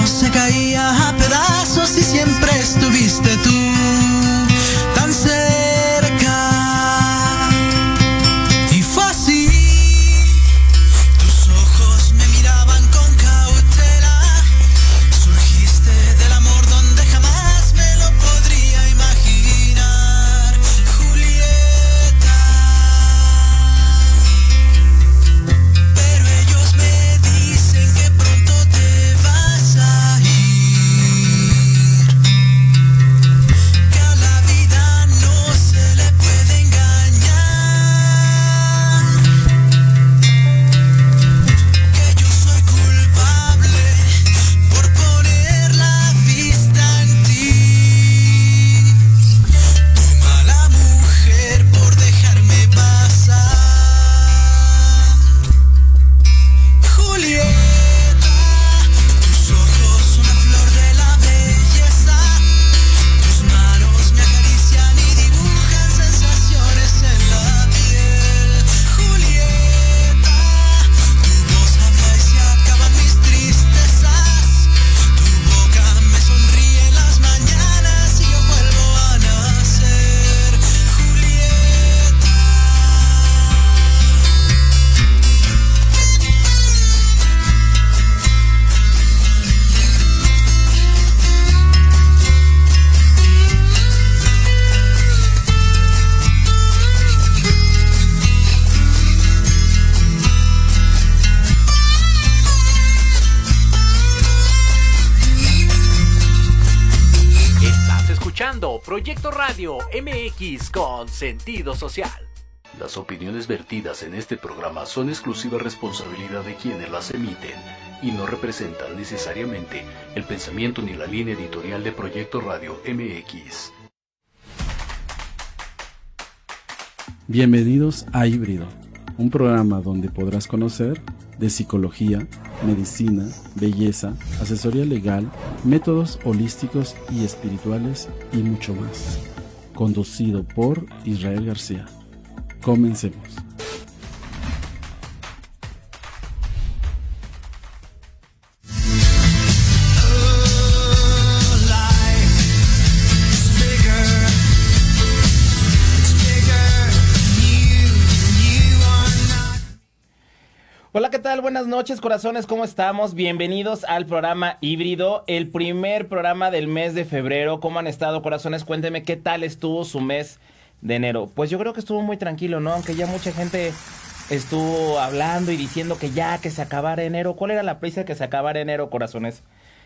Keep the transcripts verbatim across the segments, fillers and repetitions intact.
se caía a pedazos y siempre estuviste tú tan cerca. Y fue así, tus ojos me miraban con cautela, surgiste del amor donde jamás me lo podría imaginar, Julieta. Pero ellos me dicen que pronto te vas a ir, que a la vida no se le puede engañar, que yo soy culpable por poner la vista en ti, tu mala mujer por dejarme pasar, Julieta. Tus ojos una flor de la belleza, tus manos me acarician y dibujan sensaciones en la piel, Julieta. Tu voz habla y se acaban mis tristezas, tu boca me sonríe en las mañanas y yo vuelvo a nacer, Julieta. Estás escuchando Proyecto Radio M X con sentido social. Las opiniones vertidas en este programa son exclusiva responsabilidad de quienes las emiten y no representan necesariamente el pensamiento ni la línea editorial de Proyecto Radio M X. Bienvenidos a Híbrido, un programa donde podrás conocer de psicología, medicina, belleza, asesoría legal, métodos holísticos y espirituales y mucho más. Conducido por Israel García. Comencemos. Hola, ¿qué tal? Buenas noches, corazones, ¿cómo estamos? Bienvenidos al programa Híbrido, el primer programa del mes de febrero. ¿Cómo han estado, corazones? Cuéntenme qué tal estuvo su mes de enero. Pues yo creo que estuvo muy tranquilo, ¿no? Aunque ya mucha gente estuvo hablando y diciendo que ya, que se acabara enero. ¿Cuál era la prisa que se acabara enero, corazones?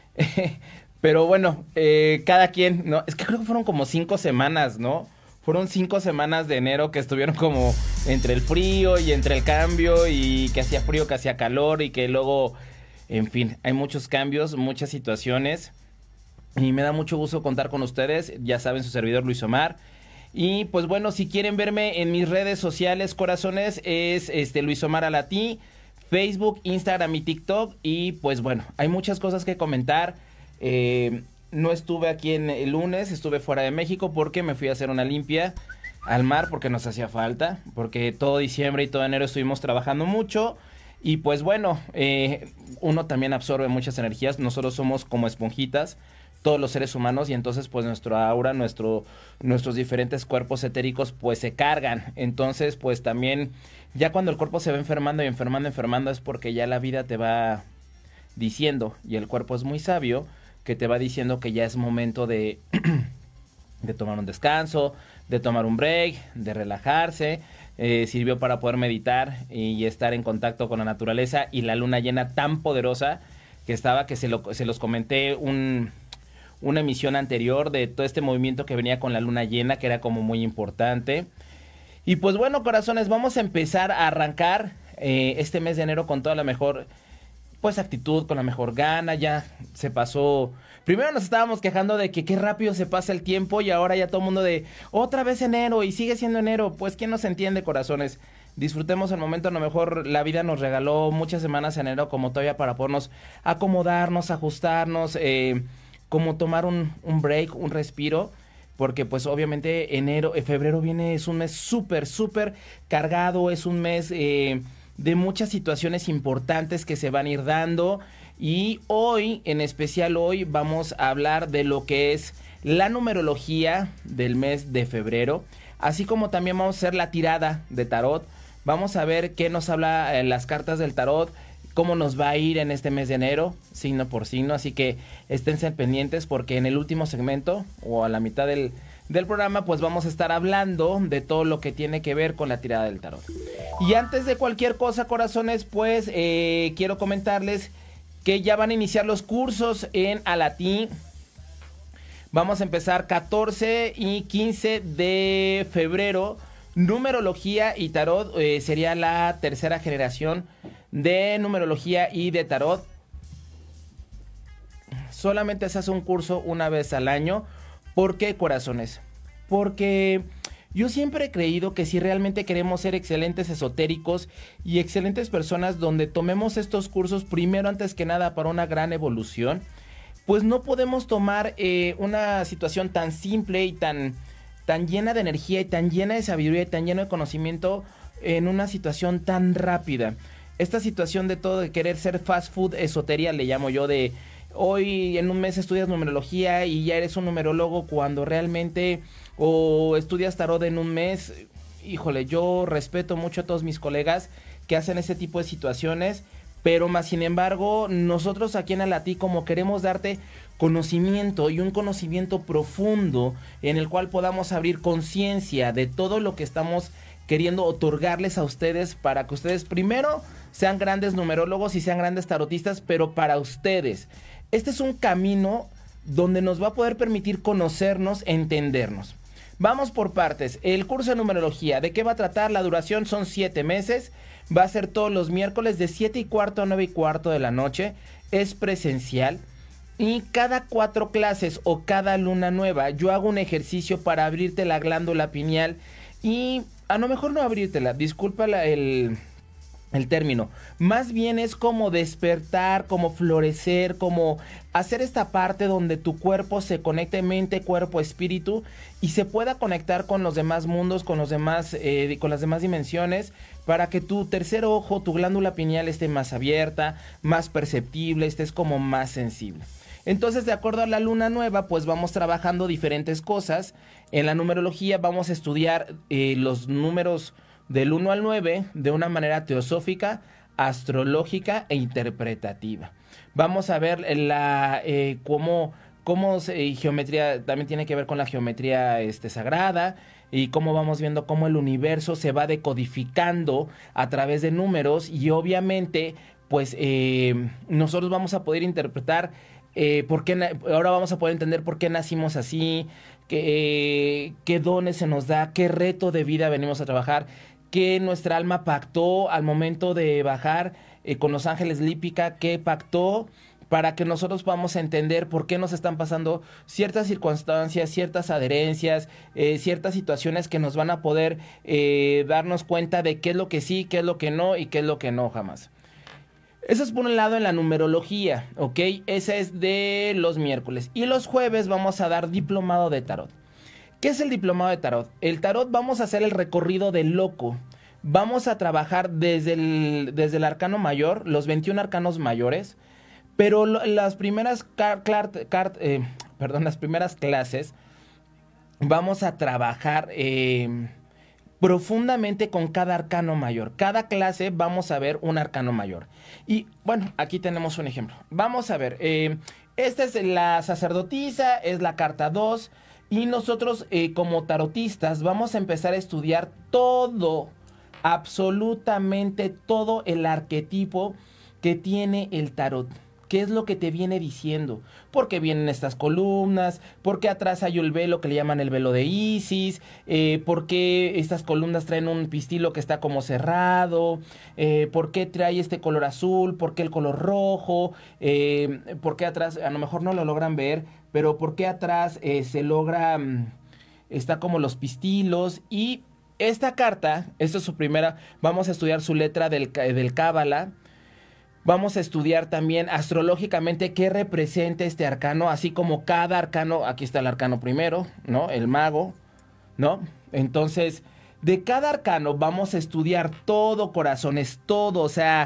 Pero bueno, eh, cada quien, ¿no? Es que creo que fueron como cinco semanas, ¿no? Fueron cinco semanas de enero que estuvieron como entre el frío y entre el cambio y que hacía frío, que hacía calor y que luego, en fin, hay muchos cambios, muchas situaciones y me da mucho gusto contar con ustedes. Ya saben, su servidor Luis Omar. Y pues bueno, si quieren verme en mis redes sociales, corazones, es este Luis Omar Alatí, Facebook, Instagram y TikTok. Y pues bueno, hay muchas cosas que comentar. Eh... No estuve aquí en el lunes, estuve fuera de México porque me fui a hacer una limpia al mar porque nos hacía falta, porque todo diciembre y todo enero estuvimos trabajando mucho y pues bueno, eh, uno también absorbe muchas energías, nosotros somos como esponjitas, todos los seres humanos y entonces pues nuestro aura, nuestro, nuestros diferentes cuerpos etéricos pues se cargan, entonces pues también ya cuando el cuerpo se va enfermando y enfermando, enfermando es porque ya la vida te va diciendo y el cuerpo es muy sabio que te va diciendo que ya es momento de, de tomar un descanso, de tomar un break, de relajarse. Eh, sirvió para poder meditar y estar en contacto con la naturaleza y la luna llena tan poderosa que estaba, que se, lo, se los comenté un, una emisión anterior de todo este movimiento que venía con la luna llena, que era como muy importante. Y pues bueno, corazones, vamos a empezar a arrancar eh, este mes de enero con toda la mejor pues actitud, con la mejor gana. Ya se pasó, primero nos estábamos quejando de que qué rápido se pasa el tiempo y ahora ya todo el mundo de otra vez enero y sigue siendo enero. Pues quién nos entiende, corazones. Disfrutemos el momento, a lo mejor la vida nos regaló muchas semanas en enero como todavía para podernos acomodarnos, ajustarnos, eh, como tomar un, un break, un respiro. Porque pues obviamente enero, eh, febrero viene, es un mes súper, súper cargado, es un mes eh, de muchas situaciones importantes que se van a ir dando. Y hoy, en especial hoy, vamos a hablar de lo que es la numerología del mes de febrero, así como también vamos a hacer la tirada de tarot. Vamos a ver qué nos habla eh, las cartas del tarot, cómo nos va a ir en este mes de enero, signo por signo, así que esténse pendientes porque en el último segmento o a la mitad del, del programa pues vamos a estar hablando de todo lo que tiene que ver con la tirada del tarot. Y antes de cualquier cosa, corazones, pues eh, quiero comentarles que ya van a iniciar los cursos en Alatí. Vamos a empezar catorce y quince de febrero. Numerología y tarot, eh, sería la tercera generación de numerología y de tarot. Solamente se hace un curso una vez al año. ¿Por qué, corazones? Porque yo siempre he creído que si realmente queremos ser excelentes esotéricos y excelentes personas donde tomemos estos cursos primero antes que nada para una gran evolución, pues no podemos tomar eh, una situación tan simple y tan, tan llena de energía y tan llena de sabiduría y tan llena de conocimiento en una situación tan rápida. Esta situación de todo de querer ser fast food esoteria, le llamo yo, de hoy en un mes estudias numerología y ya eres un numerólogo cuando realmente, o estudias tarot en un mes. Híjole, yo respeto mucho a todos mis colegas que hacen ese tipo de situaciones, pero más sin embargo, nosotros aquí en Alatí como queremos darte conocimiento y un conocimiento profundo en el cual podamos abrir conciencia de todo lo que estamos queriendo otorgarles a ustedes para que ustedes primero sean grandes numerólogos y sean grandes tarotistas, pero para ustedes. Este es un camino donde nos va a poder permitir conocernos, entendernos. Vamos por partes. El curso de numerología, ¿de qué va a tratar? La duración son siete meses. Va a ser todos los miércoles de siete y cuarto a nueve y cuarto de la noche. Es presencial. Y cada cuatro clases o cada luna nueva, yo hago un ejercicio para abrirte la glándula pineal. Y a lo mejor no abrírtela, disculpa la, el... el término, más bien es como despertar, como florecer, como hacer esta parte donde tu cuerpo se conecte mente, cuerpo, espíritu y se pueda conectar con los demás mundos, con los demás, eh, con las demás dimensiones, para que tu tercer ojo, tu glándula pineal esté más abierta, más perceptible, estés como más sensible. Entonces, de acuerdo a la luna nueva, pues vamos trabajando diferentes cosas. En la numerología vamos a estudiar eh, los números del uno al nueve de una manera teosófica, astrológica e interpretativa. Vamos a ver la eh, cómo, cómo se, geometría, también tiene que ver con la geometría este, sagrada, y cómo vamos viendo cómo el universo se va decodificando a través de números, y obviamente pues eh, nosotros vamos a poder interpretar eh, por qué na- ahora vamos a poder entender por qué nacimos así, qué, eh, qué dones se nos da, qué reto de vida venimos a trabajar, que nuestra alma pactó al momento de bajar eh, con los ángeles lípica, que pactó para que nosotros podamos entender por qué nos están pasando ciertas circunstancias, ciertas adherencias, eh, ciertas situaciones que nos van a poder eh, darnos cuenta de qué es lo que sí, qué es lo que no y qué es lo que no jamás. Eso es por un lado en la numerología, ¿ok? Ese es de los miércoles. Y los jueves vamos a dar diplomado de tarot. ¿Qué es el diplomado de tarot? El tarot vamos a hacer el recorrido del loco. Vamos a trabajar desde el, desde el arcano mayor, los veintiún arcanos mayores, pero lo, las primeras car, car, car, eh, perdón, las primeras clases vamos a trabajar eh, profundamente con cada arcano mayor. Cada clase vamos a ver un arcano mayor. Y bueno, aquí tenemos un ejemplo. Vamos a ver, eh, esta es la sacerdotisa, es la carta dos. Y nosotros eh, como tarotistas vamos a empezar a estudiar todo, absolutamente todo el arquetipo que tiene el tarot. ¿Qué es lo que te viene diciendo? ¿Por qué vienen estas columnas? ¿Por qué atrás hay el velo que le llaman el velo de Isis? Eh, ¿Por qué estas columnas traen un pistilo que está como cerrado? Eh, ¿Por qué trae este color azul? ¿Por qué el color rojo? Eh, ¿Por qué atrás? A lo mejor no lo logran ver, pero ¿por qué atrás eh, se logra... está como los pistilos? Y esta carta, esta es su primera... Vamos a estudiar su letra del, del Cábala. Vamos a estudiar también astrológicamente qué representa este arcano, así como cada arcano, aquí está el arcano primero, ¿no? El mago, ¿no? Entonces, de cada arcano vamos a estudiar todo, corazones, todo, o sea,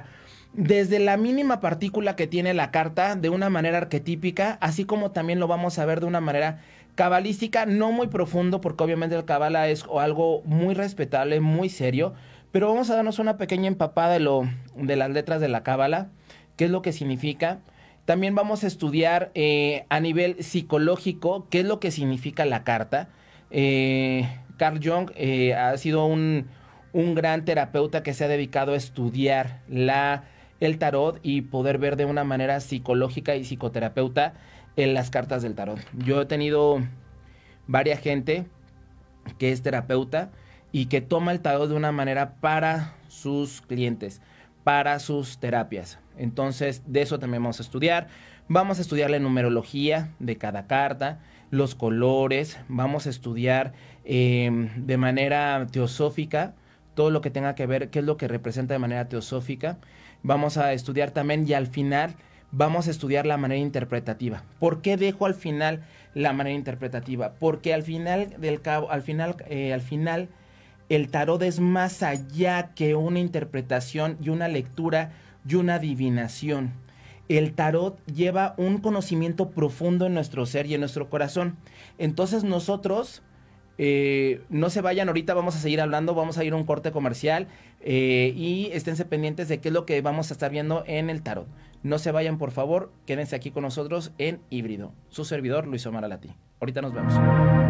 desde la mínima partícula que tiene la carta de una manera arquetípica, así como también lo vamos a ver de una manera cabalística, no muy profundo, porque obviamente el cabala es algo muy respetable, muy serio, pero vamos a darnos una pequeña empapada de, lo, de las letras de la cábala, qué es lo que significa. También vamos a estudiar eh, a nivel psicológico qué es lo que significa la carta. Eh, Carl Jung eh, ha sido un, un gran terapeuta que se ha dedicado a estudiar la, el tarot y poder ver de una manera psicológica y psicoterapeuta en las cartas del tarot. Yo he tenido varias gente que es terapeuta y que toma el tarot de una manera para sus clientes, para sus terapias. Entonces, de eso también vamos a estudiar. Vamos a estudiar la numerología de cada carta, los colores, vamos a estudiar eh, de manera teosófica todo lo que tenga que ver, qué es lo que representa de manera teosófica. Vamos a estudiar también, y al final vamos a estudiar la manera interpretativa. ¿Por qué dejo al final la manera interpretativa? Porque al final del cabo, al final, eh, al final, el tarot es más allá que una interpretación y una lectura y una adivinación. El tarot lleva un conocimiento profundo en nuestro ser y en nuestro corazón. Entonces nosotros, eh, no se vayan, ahorita vamos a seguir hablando, vamos a ir a un corte comercial eh, y esténse pendientes de qué es lo que vamos a estar viendo en el tarot. No se vayan, por favor, quédense aquí con nosotros en Híbrido. Su servidor, Luis Omar Alati. Ahorita nos vemos.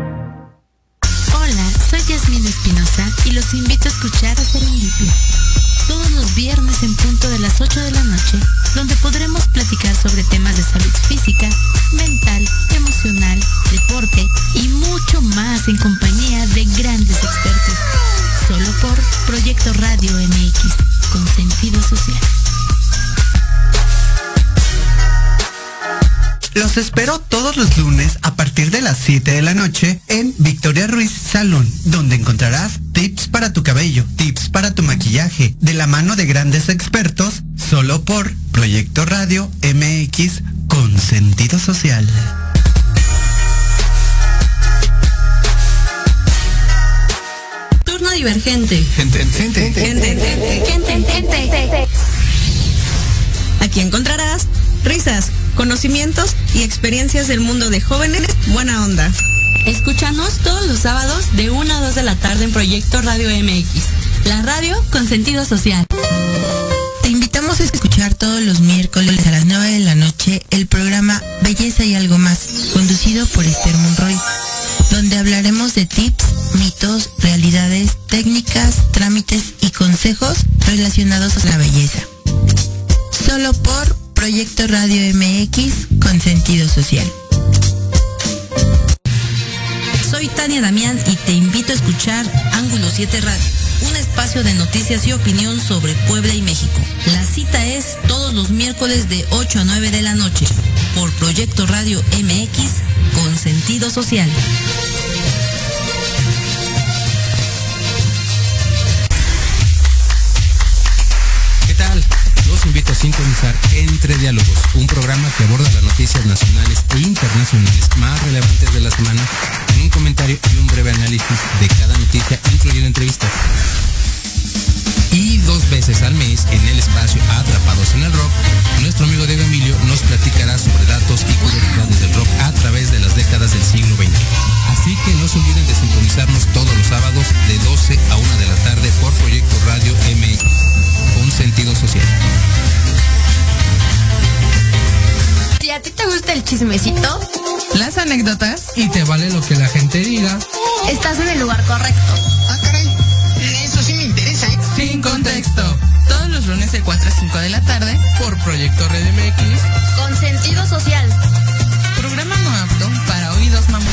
Hola, soy Yasmín Espinosa y los invito a escuchar a Serendipia. Todos los viernes en punto de las ocho de la noche, donde podremos platicar sobre temas de salud física, mental, emocional, deporte y mucho más en compañía de grandes expertos. Solo por Proyecto Radio M X, con sentido social. Los espero todos los lunes a partir de las siete de la noche en Victoria Ruiz Salón, donde encontrarás tips para tu cabello, tips para tu maquillaje, de la mano de grandes expertos, solo por Proyecto Radio M X con sentido social. Turno divergente. Gente, gente, Gente, gente, gente, gente. Aquí encontrarás risas, conocimientos y experiencias del mundo de jóvenes buena onda. Escúchanos todos los sábados de una a dos de la tarde en Proyecto Radio M X, la radio con sentido social. Te invitamos a escuchar todos los miércoles a las nueve de la noche el programa Belleza y Algo Más, conducido por Esther Monroy, donde hablaremos de tips, mitos, realidades, técnicas, trámites y consejos relacionados a la belleza. Solo por Proyecto Radio M X con sentido social. Soy Tania Damián y te invito a escuchar Ángulo siete Radio, un espacio de noticias y opinión sobre Puebla y México. La cita es todos los miércoles de ocho a nueve de la noche por Proyecto Radio M X con sentido social. ¿Qué tal? Los invito a sintonizar Entre Diálogos, un programa que aborda las noticias nacionales e internacionales más relevantes de la semana, en un comentario y un breve análisis de cada noticia, incluyendo entrevistas. Y dos veces al mes, en el espacio Atrapados en el Rock, nuestro amigo Diego Emilio nos platicará sobre datos y curiosidades del rock a través de las décadas del siglo veinte. Así que no se olviden de sintonizarnos todos los sábados de doce a una de la tarde por Proyecto Radio M X, con sentido social. Si a ti te gusta el chismecito, las anécdotas Y te vale lo que la gente diga. estás en el lugar correcto. Ah, caray, eso sí me interesa, ¿eh? sin contexto. Todos los lunes de cuatro a cinco de la tarde Por Proyecto Radio M X. Con sentido social. Programa no apto para oídos mamuros.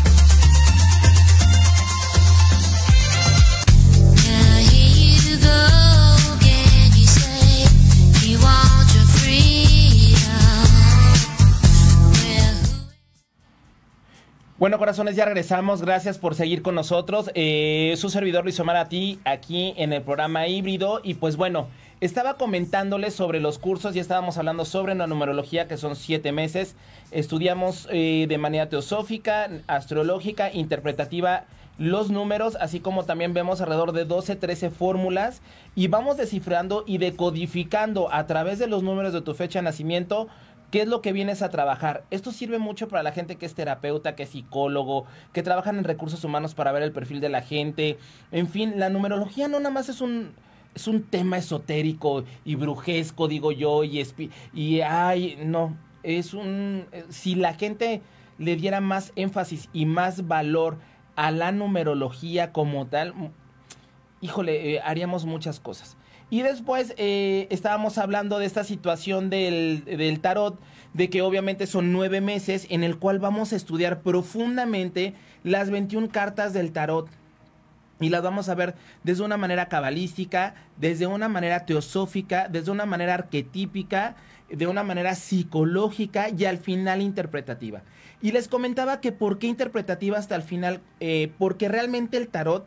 Bueno, corazones, ya regresamos. Gracias por seguir con nosotros. Eh, su servidor Luis Omar a ti, aquí en el programa Híbrido. Y pues bueno, estaba comentándoles sobre los cursos. Ya estábamos hablando sobre la numerología, que son siete meses. Estudiamos eh, de manera teosófica, astrológica, interpretativa los números, así como también vemos alrededor de doce, trece fórmulas y vamos descifrando y decodificando a través de los números de tu fecha de nacimiento qué es lo que vienes a trabajar. Esto sirve mucho para la gente que es terapeuta, que es psicólogo, que trabajan en recursos humanos para ver el perfil de la gente. En fin, la numerología no nada más es un... es un tema esotérico y brujesco, digo yo, y, espi- y ay, no, es un... Si la gente le diera más énfasis y más valor a la numerología como tal, híjole, eh, haríamos muchas cosas. Y después eh, estábamos hablando de esta situación del, del tarot, de que obviamente son nueve meses en el cual vamos a estudiar profundamente las veintiuna cartas del tarot. Y las vamos a ver desde una manera cabalística, desde una manera teosófica, desde una manera arquetípica, de una manera psicológica y al final interpretativa. Y les comentaba que por qué interpretativa hasta el final, eh, porque realmente el tarot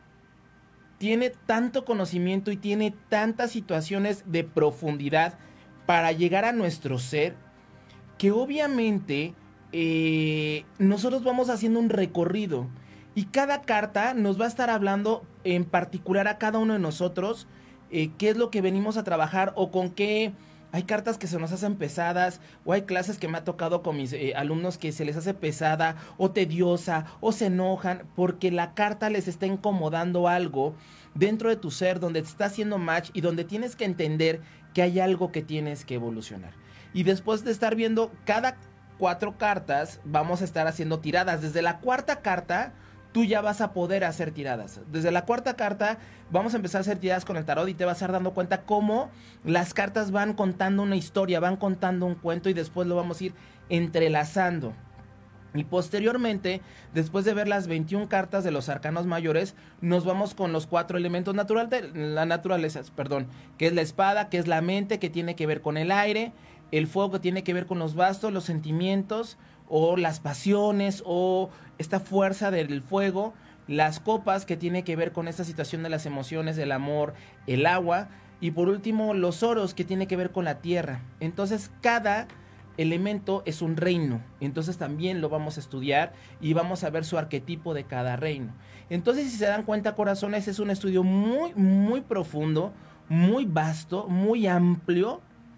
tiene tanto conocimiento y tiene tantas situaciones de profundidad para llegar a nuestro ser, que obviamente eh, nosotros vamos haciendo un recorrido. Y cada carta nos va a estar hablando en particular a cada uno de nosotros eh, qué es lo que venimos a trabajar o con qué. Hay cartas que se nos hacen pesadas o hay clases que me ha tocado con mis eh, alumnos que se les hace pesada o tediosa o se enojan porque la carta les está incomodando algo dentro de tu ser donde te está haciendo match y donde tienes que entender que hay algo que tienes que evolucionar. Y después de estar viendo cada cuatro cartas vamos a estar haciendo tiradas. Desde la cuarta carta tú ya vas a poder hacer tiradas. Desde la cuarta carta vamos a empezar a hacer tiradas con el tarot y te vas a estar dando cuenta cómo las cartas van contando una historia, van contando un cuento y después lo vamos a ir entrelazando. Y posteriormente, después de ver las veintiuna cartas de los arcanos mayores, nos vamos con los cuatro elementos naturales de la naturaleza, perdón, que es la espada, que es la mente, que tiene que ver con el aire, el fuego que tiene que ver con los bastos, los sentimientos, o las pasiones, o esta fuerza del fuego, las copas que tiene que ver con esta situación de las emociones, del amor, el agua, y por último los oros que tiene que ver con la tierra. Entonces cada elemento es un reino, entonces también lo vamos a estudiar y vamos a ver su arquetipo de cada reino. Entonces si se dan cuenta, corazones, es un estudio muy muy profundo, muy vasto, muy amplio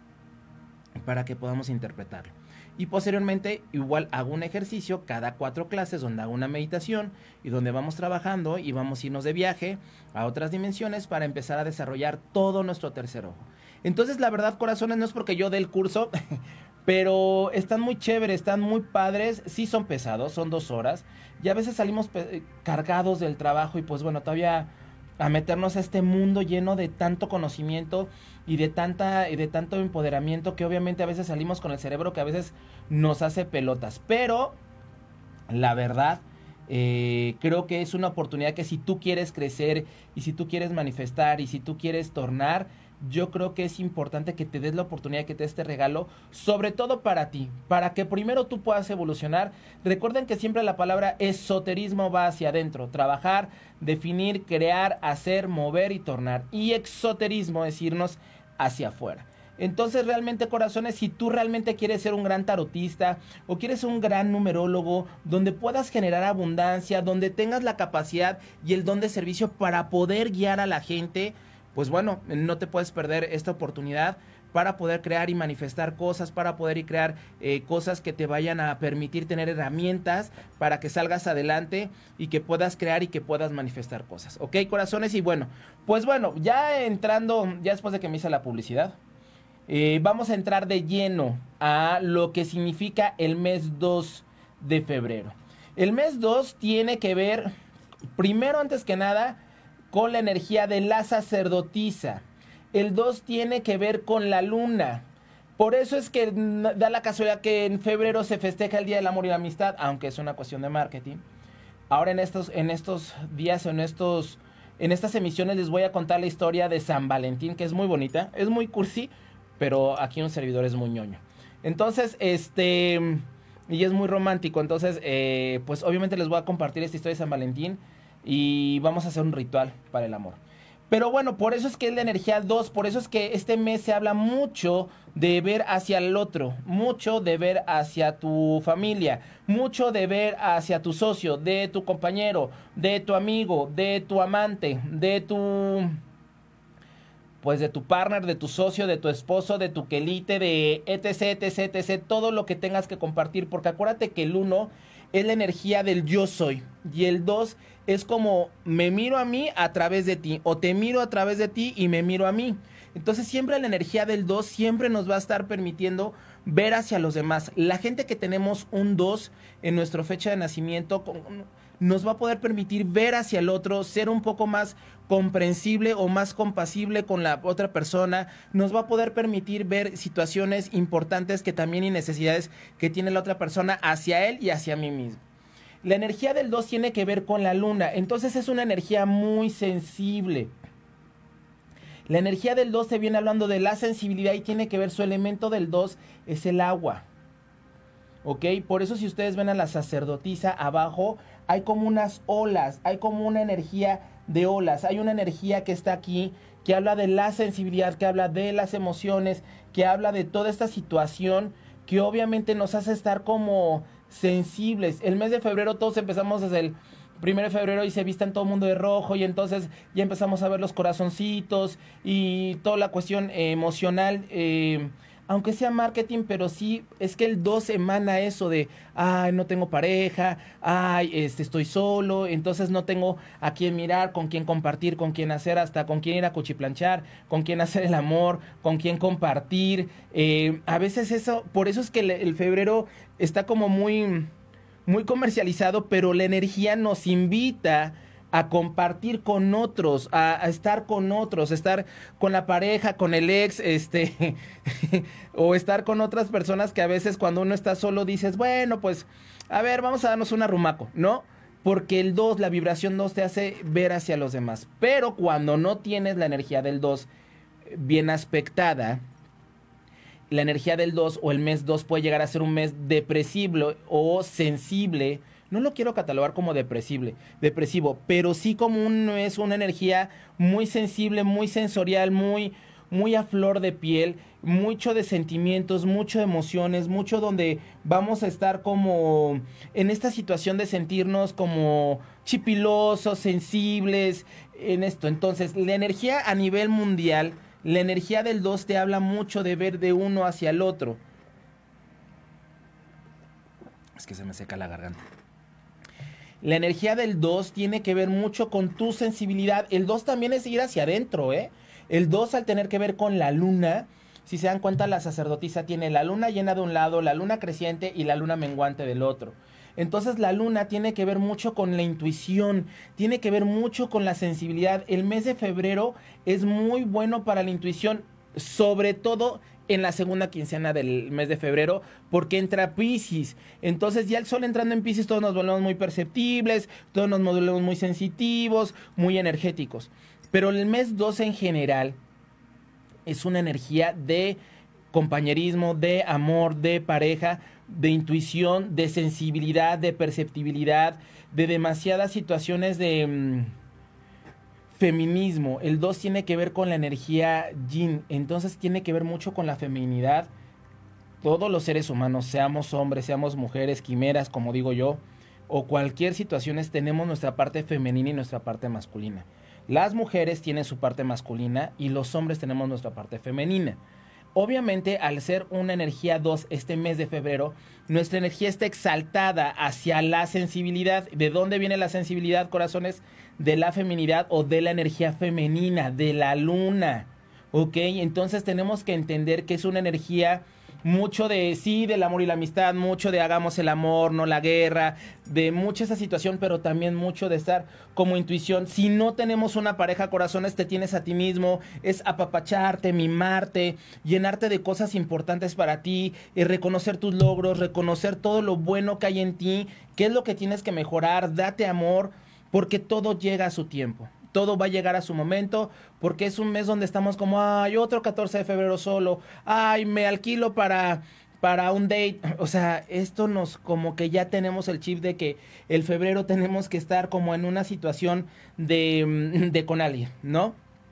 para que podamos interpretarlo. Y posteriormente igual hago un ejercicio cada cuatro clases donde hago una meditación y donde vamos trabajando y vamos a irnos de viaje a otras dimensiones para empezar a desarrollar todo nuestro tercer ojo. Entonces la verdad, corazones, no es porque yo dé el curso, pero están muy chéveres, están muy padres, sí son pesados, son dos horas y a veces salimos cargados del trabajo y pues bueno, todavía a meternos a este mundo lleno de tanto conocimiento y de tanta y de tanto empoderamiento que obviamente a veces salimos con el cerebro que a veces nos hace pelotas, pero la verdad eh, creo que es una oportunidad que si tú quieres crecer y si tú quieres manifestar y si tú quieres tornar, yo creo que es importante que te des la oportunidad, que te des este regalo, sobre todo para ti, para que primero tú puedas evolucionar. Recuerden que siempre la palabra esoterismo va hacia adentro, trabajar, definir, crear, hacer, mover y tornar. Y exoterismo es irnos hacia afuera. Entonces realmente, corazones, si tú realmente quieres ser un gran tarotista o quieres ser un gran numerólogo donde puedas generar abundancia, donde tengas la capacidad y el don de servicio para poder guiar a la gente, pues bueno, no te puedes perder esta oportunidad para poder crear y manifestar cosas, para poder y crear eh, cosas que te vayan a permitir tener herramientas para que salgas adelante y que puedas crear y que puedas manifestar cosas. ¿Ok, corazones? Y bueno, pues bueno, ya entrando, ya después de que me hice la publicidad, eh, vamos a entrar de lleno a lo que significa el mes dos de febrero. El mes dos tiene que ver, primero, antes que nada, con la energía de la sacerdotisa. El dos tiene que ver con la luna. Por eso es que da la casualidad que en febrero se festeja el Día del Amor y la Amistad, aunque es una cuestión de marketing. Ahora en estos, en estos días, en, estos, en estas emisiones les voy a contar la historia de San Valentín, que es muy bonita, es muy cursi, pero aquí un servidor es muy ñoño. Entonces, este, y es muy romántico. Entonces, eh, pues obviamente les voy a compartir esta historia de San Valentín y vamos a hacer un ritual para el amor. Pero bueno, por eso es que es la energía dos, por eso es que este mes se habla mucho de ver hacia el otro, mucho de ver hacia tu familia, mucho de ver hacia tu socio, de tu compañero, de tu amigo, de tu amante, de tu... pues de tu partner, de tu socio, de tu esposo, de tu quelite, de etc, etc, etc, todo lo que tengas que compartir, porque acuérdate que el uno es la energía del yo soy, y el dos es como me miro a mí a través de ti, o te miro a través de ti y me miro a mí. Entonces siempre la energía del dos siempre nos va a estar permitiendo ver hacia los demás. La gente que tenemos un dos en nuestra fecha de nacimiento nos va a poder permitir ver hacia el otro, ser un poco más comprensible o más compasible con la otra persona, nos va a poder permitir ver situaciones importantes que también y necesidades que tiene la otra persona hacia él y hacia mí mismo. La energía del dos tiene que ver con la luna, entonces es una energía muy sensible. La energía del dos te viene hablando de la sensibilidad y tiene que ver, su elemento del dos es el agua. ¿Ok? Por eso si ustedes ven a la sacerdotisa abajo, hay como unas olas, hay como una energía de olas, hay una energía que está aquí, que habla de la sensibilidad, que habla de las emociones, que habla de toda esta situación que obviamente nos hace estar como sensibles. El mes de febrero todos empezamos desde el primero de febrero y se vistan todo el mundo de rojo y entonces ya empezamos a ver los corazoncitos y toda la cuestión eh, emocional, eh, aunque sea marketing, pero sí es que el dos emana eso de, ay, no tengo pareja, ay, este, estoy solo, entonces no tengo a quién mirar, con quién compartir, con quién hacer, hasta con quién ir a cuchiplanchar, con quién hacer el amor, con quién compartir. Eh, a veces eso, por eso es que el, el febrero está como muy, muy comercializado, pero la energía nos invita a compartir con otros, a, a estar con otros, estar con la pareja, con el ex, este, o estar con otras personas que a veces cuando uno está solo dices, bueno, pues, a ver, vamos a darnos un arrumaco, ¿no? Porque el dos, la vibración dos te hace ver hacia los demás. Pero cuando no tienes la energía del dos bien aspectada, la energía del dos o el mes dos puede llegar a ser un mes depresivo o sensible. No lo quiero catalogar como depresible, depresivo, pero sí como un, es una energía muy sensible, muy sensorial, muy, muy a flor de piel, mucho de sentimientos, mucho de emociones, mucho donde vamos a estar como en esta situación de sentirnos como chipilosos, sensibles, en esto. Entonces, la energía a nivel mundial, la energía del dos te habla mucho de ver de uno hacia el otro. Es que se me seca la garganta. La energía del dos tiene que ver mucho con tu sensibilidad. El dos también es ir hacia adentro, ¿eh? El dos al tener que ver con la luna, si se dan cuenta, la sacerdotisa tiene la luna llena de un lado, la luna creciente y la luna menguante del otro. Entonces la luna tiene que ver mucho con la intuición, tiene que ver mucho con la sensibilidad. El mes de febrero es muy bueno para la intuición, sobre todo en la segunda quincena del mes de febrero, porque entra Piscis. Entonces ya el sol entrando en Piscis, todos nos volvemos muy perceptibles, todos nos volvemos muy sensitivos, muy energéticos. Pero el mes dos en general es una energía de compañerismo, de amor, de pareja, de intuición, de sensibilidad, de perceptibilidad, de demasiadas situaciones de mmm, feminismo. El dos tiene que ver con la energía yin, entonces tiene que ver mucho con la feminidad. Todos los seres humanos, seamos hombres, seamos mujeres, quimeras, como digo yo, o cualquier situación, tenemos nuestra parte femenina y nuestra parte masculina. Las mujeres tienen su parte masculina y los hombres tenemos nuestra parte femenina. Obviamente, al ser una energía dos este mes de febrero, nuestra energía está exaltada hacia la sensibilidad. ¿De dónde viene la sensibilidad, corazones? De la feminidad o de la energía femenina, de la luna. ¿Ok? Entonces tenemos que entender que es una energía mucho de, sí, del amor y la amistad, mucho de hagamos el amor, no la guerra, de mucha esa situación, pero también mucho de estar como intuición. Si no tenemos una pareja, corazones, te tienes a ti mismo, es apapacharte, mimarte, llenarte de cosas importantes para ti, y reconocer tus logros, reconocer todo lo bueno que hay en ti, qué es lo que tienes que mejorar, date amor, porque todo llega a su tiempo. Todo va a llegar a su momento, porque es un mes donde estamos como, ay, otro catorce de febrero solo, ay, me alquilo para, para un date. O sea, esto nos, como que ya tenemos el chip de que el febrero tenemos que estar como en una situación de, de con alguien, ¿no?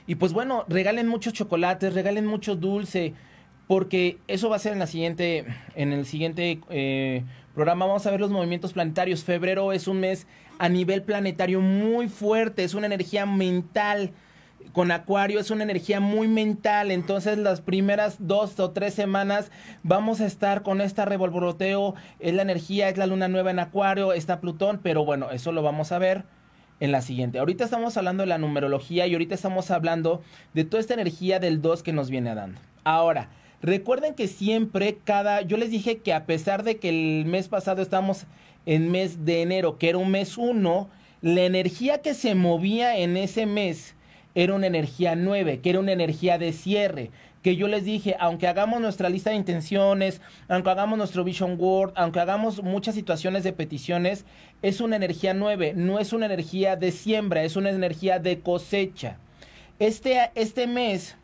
Y pues bueno, regalen muchos chocolates, regalen mucho dulce, porque eso va a ser en la siguiente, en el siguiente eh, programa. Vamos a ver los movimientos planetarios. Febrero es un mes a nivel planetario muy fuerte, es una energía mental. Con Acuario es una energía muy mental, entonces las primeras dos o tres semanas vamos a estar con este revolvoroteo, es la energía, es la luna nueva en Acuario, está Plutón, pero bueno, eso lo vamos a ver en la siguiente. Ahorita estamos hablando de la numerología y ahorita estamos hablando de toda esta energía del dos que nos viene dando. Ahora, recuerden que siempre cada, yo les dije que a pesar de que el mes pasado estamos en mes de enero, que era un mes uno, la energía que se movía en ese mes era una energía nueve, que era una energía de cierre, que yo les dije, aunque hagamos nuestra lista de intenciones, aunque hagamos nuestro vision board, aunque hagamos muchas situaciones de peticiones, es una energía nueve, no es una energía de siembra, es una energía de cosecha. Este, este mes,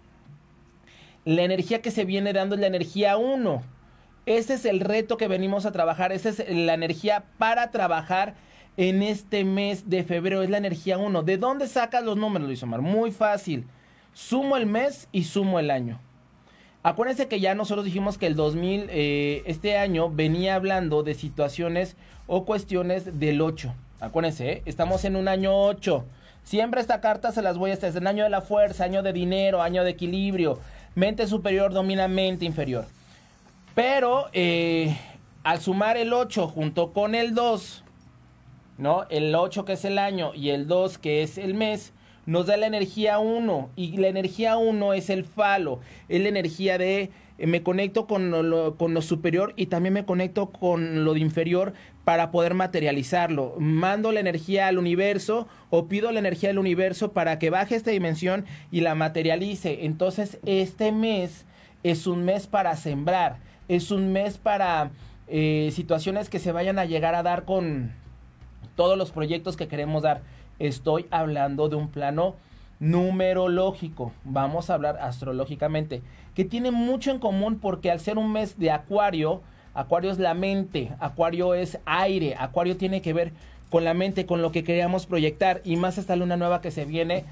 la energía que se viene dando es la energía uno. Ese es el reto que venimos a trabajar, esa es la energía para trabajar en este mes de febrero, es la energía uno. ¿De dónde sacas los números, Luis Omar? Muy fácil. Sumo el mes y sumo el año. Acuérdense que ya nosotros dijimos que el dos mil, eh, este año, venía hablando de situaciones o cuestiones del ocho. Acuérdense, ¿eh? Estamos en un año ocho. Siempre esta carta se las voy a estar. Es el año de la fuerza, año de dinero, año de equilibrio. Mente superior domina mente inferior. Pero eh, al sumar el ocho junto con el dos... ¿no? El ocho que es el año y el dos que es el mes, nos da la energía uno. Y la energía uno es el falo, es la energía de eh, me conecto con lo, con lo superior y también me conecto con lo de inferior para poder materializarlo. Mando la energía al universo o pido la energía del universo para que baje esta dimensión y la materialice. Entonces este mes es un mes para sembrar, es un mes para eh, situaciones que se vayan a llegar a dar con todos los proyectos que queremos dar. Estoy hablando de un plano numerológico, vamos a hablar astrológicamente, que tiene mucho en común porque al ser un mes de Acuario, Acuario es la mente, Acuario es aire, Acuario tiene que ver con la mente, con lo que queríamos proyectar, y más esta luna nueva que se viene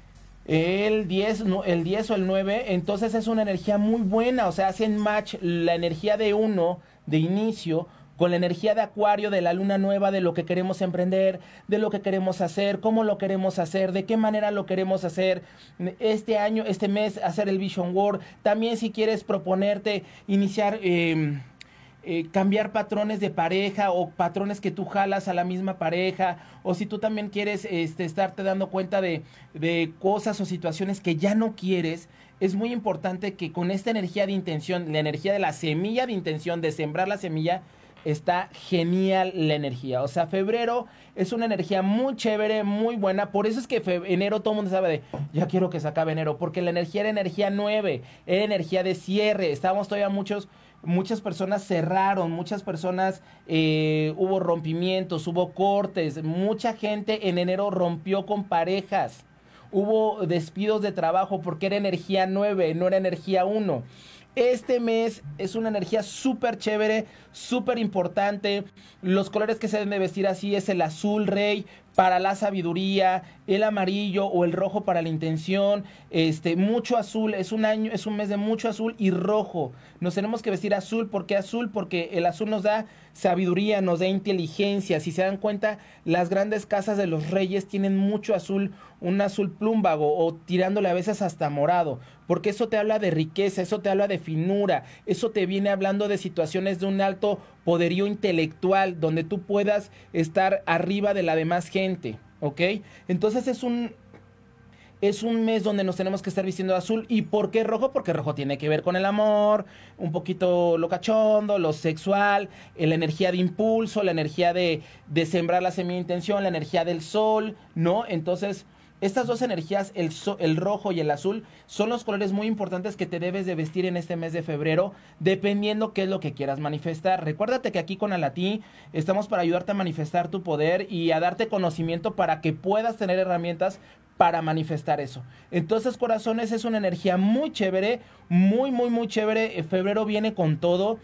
el diez, el diez o el nueve, entonces es una energía muy buena, o sea, hacen match la energía de uno, de inicio, con la energía de Acuario, de la luna nueva, de lo que queremos emprender, de lo que queremos hacer, cómo lo queremos hacer, de qué manera lo queremos hacer, este año, este mes, hacer el Vision Board. También si quieres proponerte iniciar, eh, eh, cambiar patrones de pareja o patrones que tú jalas a la misma pareja, o si tú también quieres este, estarte dando cuenta de, de cosas o situaciones que ya no quieres, es muy importante que con esta energía de intención, la energía de la semilla de intención, de sembrar la semilla, está genial la energía. O sea, febrero es una energía muy chévere, muy buena. Por eso es que fe- enero todo el mundo sabe de, ya quiero que se acabe enero, porque la energía era energía nueve, era energía de cierre. Estábamos todavía muchos, muchas personas cerraron, muchas personas, eh, hubo rompimientos, hubo cortes, mucha gente en enero rompió con parejas. Hubo despidos de trabajo porque era energía nueve, no era energía uno. Este mes es una energía súper chévere, súper importante. Los colores que se deben de vestir así es el azul rey para la sabiduría, el amarillo o el rojo para la intención. Este, mucho azul, es un año, es un mes de mucho azul y rojo. Nos tenemos que vestir azul. ¿Por qué azul? Porque el azul nos da sabiduría, nos da inteligencia. Si se dan cuenta, las grandes casas de los reyes tienen mucho azul, un azul plúmbago o tirándole a veces hasta morado, porque eso te habla de riqueza, eso te habla de finura, eso te viene hablando de situaciones de un alto poderío intelectual, donde tú puedas estar arriba de la demás gente, ¿ok? Entonces es un... Es un mes donde nos tenemos que estar vistiendo de azul. ¿Y por qué rojo? Porque rojo tiene que ver con el amor, un poquito lo cachondo, lo sexual, la energía de impulso, la energía de, de sembrar la semilla de intención, la energía del sol, ¿no? Entonces, estas dos energías, el, so, el rojo y el azul, son los colores muy importantes que te debes de vestir en este mes de febrero, dependiendo qué es lo que quieras manifestar. Recuérdate que aquí con Alatí estamos para ayudarte a manifestar tu poder y a darte conocimiento para que puedas tener herramientas para manifestar eso. Entonces, corazones, es una energía muy chévere, muy, muy, muy chévere. Febrero viene con todo.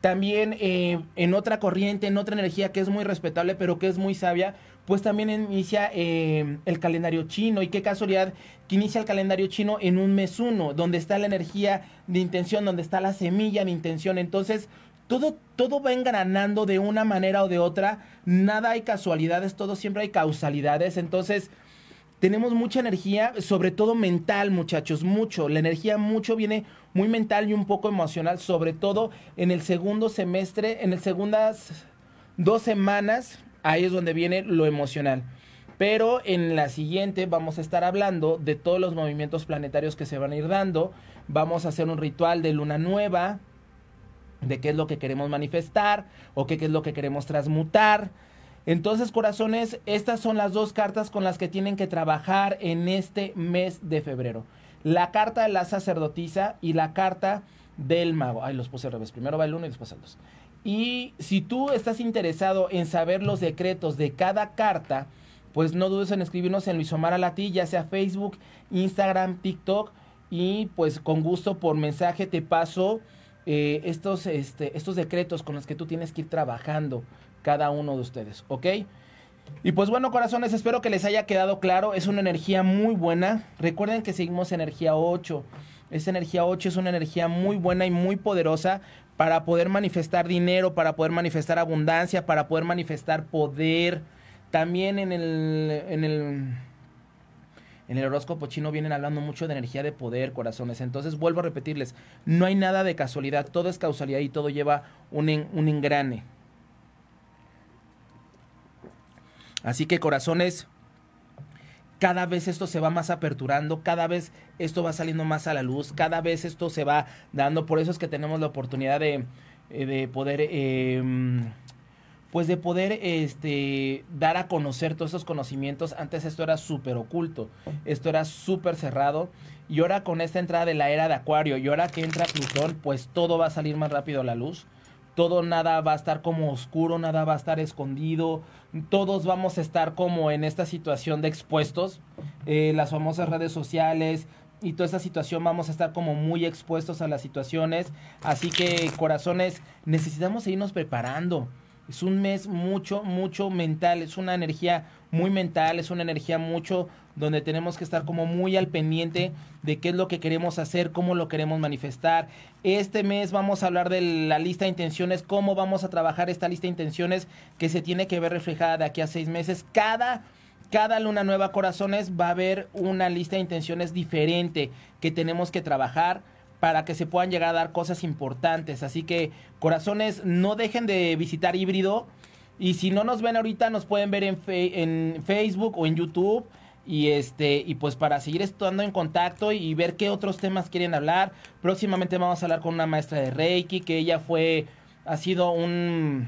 También eh, en otra corriente, en otra energía que es muy respetable, pero que es muy sabia, pues también inicia eh, el calendario chino. Y qué casualidad que inicia el calendario chino en un mes uno, donde está la energía de intención, donde está la semilla de intención. Entonces, todo, todo va engranando de una manera o de otra. Nada hay casualidades, todo siempre hay causalidades. Entonces, tenemos mucha energía, sobre todo mental, muchachos, mucho. La energía mucho viene muy mental y un poco emocional, sobre todo en el segundo semestre, en las segundas dos semanas, ahí es donde viene lo emocional. Pero en la siguiente vamos a estar hablando de todos los movimientos planetarios que se van a ir dando. Vamos a hacer un ritual de luna nueva, de qué es lo que queremos manifestar o qué, qué es lo que queremos transmutar. Entonces, corazones, estas son las dos cartas con las que tienen que trabajar en este mes de febrero. La carta de la sacerdotisa y la carta del mago. Ay, los puse al revés. Primero va el uno y después el dos. Y si tú estás interesado en saber los decretos de cada carta, pues no dudes en escribirnos en Luis Omar Alatí, ya sea Facebook, Instagram, TikTok, y pues con gusto por mensaje te paso eh, estos, este, estos decretos con los que tú tienes que ir trabajando cada uno de ustedes, ¿ok? Y pues bueno, corazones, espero que les haya quedado claro. Es una energía muy buena. Recuerden que seguimos energía ocho. Esa energía ocho es una energía muy buena y muy poderosa para poder manifestar dinero, para poder manifestar abundancia, para poder manifestar poder. También en el, en el, en el horóscopo chino vienen hablando mucho de energía de poder, corazones. Entonces vuelvo a repetirles, no hay nada de casualidad, todo es causalidad y todo lleva un, en, un engrane. Así que, corazones, cada vez esto se va más aperturando, cada vez esto va saliendo más a la luz, cada vez esto se va dando. Por eso es que tenemos la oportunidad de, de poder, eh, pues de poder este, dar a conocer todos esos conocimientos. Antes esto era súper oculto, esto era súper cerrado. Y ahora con esta entrada de la era de Acuario y ahora que entra Plutón, pues todo va a salir más rápido a la luz. Todo, nada va a estar como oscuro, nada va a estar escondido. Todos vamos a estar como en esta situación de expuestos. Eh, las famosas redes sociales y toda esta situación vamos a estar como muy expuestos a las situaciones. Así que, corazones, necesitamos seguirnos preparando. Es un mes mucho, mucho mental. Es una energía muy mental, es una energía mucho donde tenemos que estar como muy al pendiente de qué es lo que queremos hacer, cómo lo queremos manifestar. Este mes vamos a hablar de la lista de intenciones, cómo vamos a trabajar esta lista de intenciones que se tiene que ver reflejada de aquí a seis meses. Cada, cada luna nueva, corazones, va a haber una lista de intenciones diferente que tenemos que trabajar para que se puedan llegar a dar cosas importantes. Así que, corazones, no dejen de visitar Híbrido. Y si no nos ven ahorita, nos pueden ver en, fe, en Facebook o en YouTube. Y este y pues para seguir estando en contacto y ver qué otros temas quieren hablar. Próximamente vamos a hablar con una maestra de Reiki, que ella fue, ha sido un,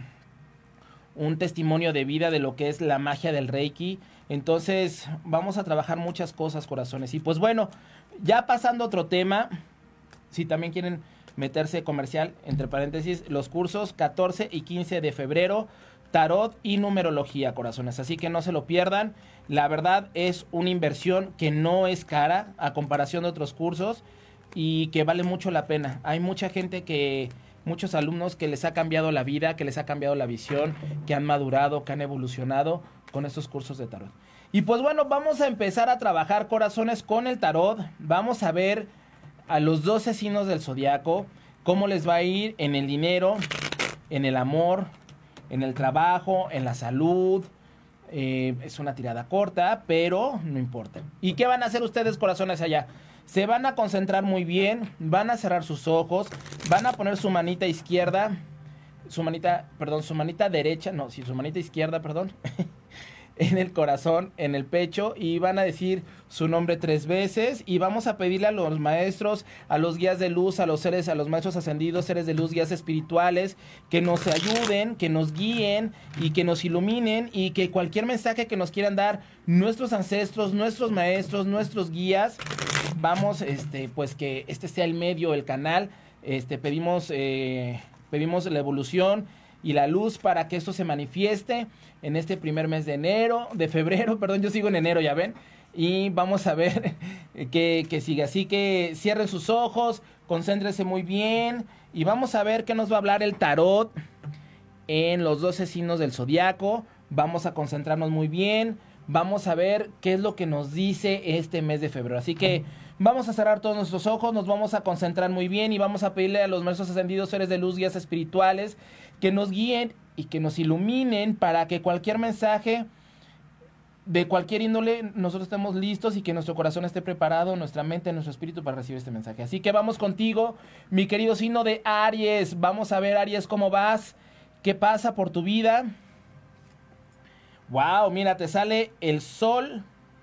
un testimonio de vida de lo que es la magia del Reiki. Entonces vamos a trabajar muchas cosas, corazones. Y pues bueno, ya pasando a otro tema, si también quieren meterse comercial, entre paréntesis, los cursos catorce y quince de febrero, tarot y numerología, corazones. Así que no se lo pierdan. La verdad es una inversión que no es cara a comparación de otros cursos y que vale mucho la pena. Hay mucha gente que, muchos alumnos que les ha cambiado la vida, que les ha cambiado la visión, que han madurado, que han evolucionado con estos cursos de tarot. Y pues bueno, vamos a empezar a trabajar, corazones, con el tarot. Vamos a ver a los doce signos del zodiaco, cómo les va a ir en el dinero, en el amor, en el trabajo, en la salud. Eh, es una tirada corta, pero no importa. ¿Y qué van a hacer ustedes, corazones, allá? Se van a concentrar muy bien, van a cerrar sus ojos, van a poner su manita izquierda, su manita, perdón, su manita derecha, no, sí, su manita izquierda, perdón, en el corazón, en el pecho, y van a decir su nombre tres veces y vamos a pedirle a los maestros, a los guías de luz, a los seres, a los maestros ascendidos, seres de luz, guías espirituales, que nos ayuden, que nos guíen y que nos iluminen y que cualquier mensaje que nos quieran dar nuestros ancestros, nuestros maestros, nuestros guías, vamos, este, pues que este sea el medio, el canal, este, pedimos, eh, pedimos la evolución y la luz para que esto se manifieste en este primer mes de enero, de febrero, perdón, yo sigo en enero, ya ven, y vamos a ver que, que siga. Así que cierren sus ojos, concéntrense muy bien Y vamos a ver qué nos va a hablar el tarot en los doce signos del zodiaco. Vamos a concentrarnos muy bien. Vamos a ver qué es lo que nos dice este mes de febrero. Así que vamos a cerrar todos nuestros ojos, nos vamos a concentrar muy bien y vamos a pedirle a los maestros ascendidos, seres de luz, guías espirituales, que nos guíen y que nos iluminen para que cualquier mensaje de cualquier índole nosotros estemos listos y que nuestro corazón esté preparado, nuestra mente, nuestro espíritu para recibir este mensaje. Así que vamos contigo, mi querido signo de Aries. Vamos a ver, Aries, cómo vas, qué pasa por tu vida. Wow, mira, te sale el sol,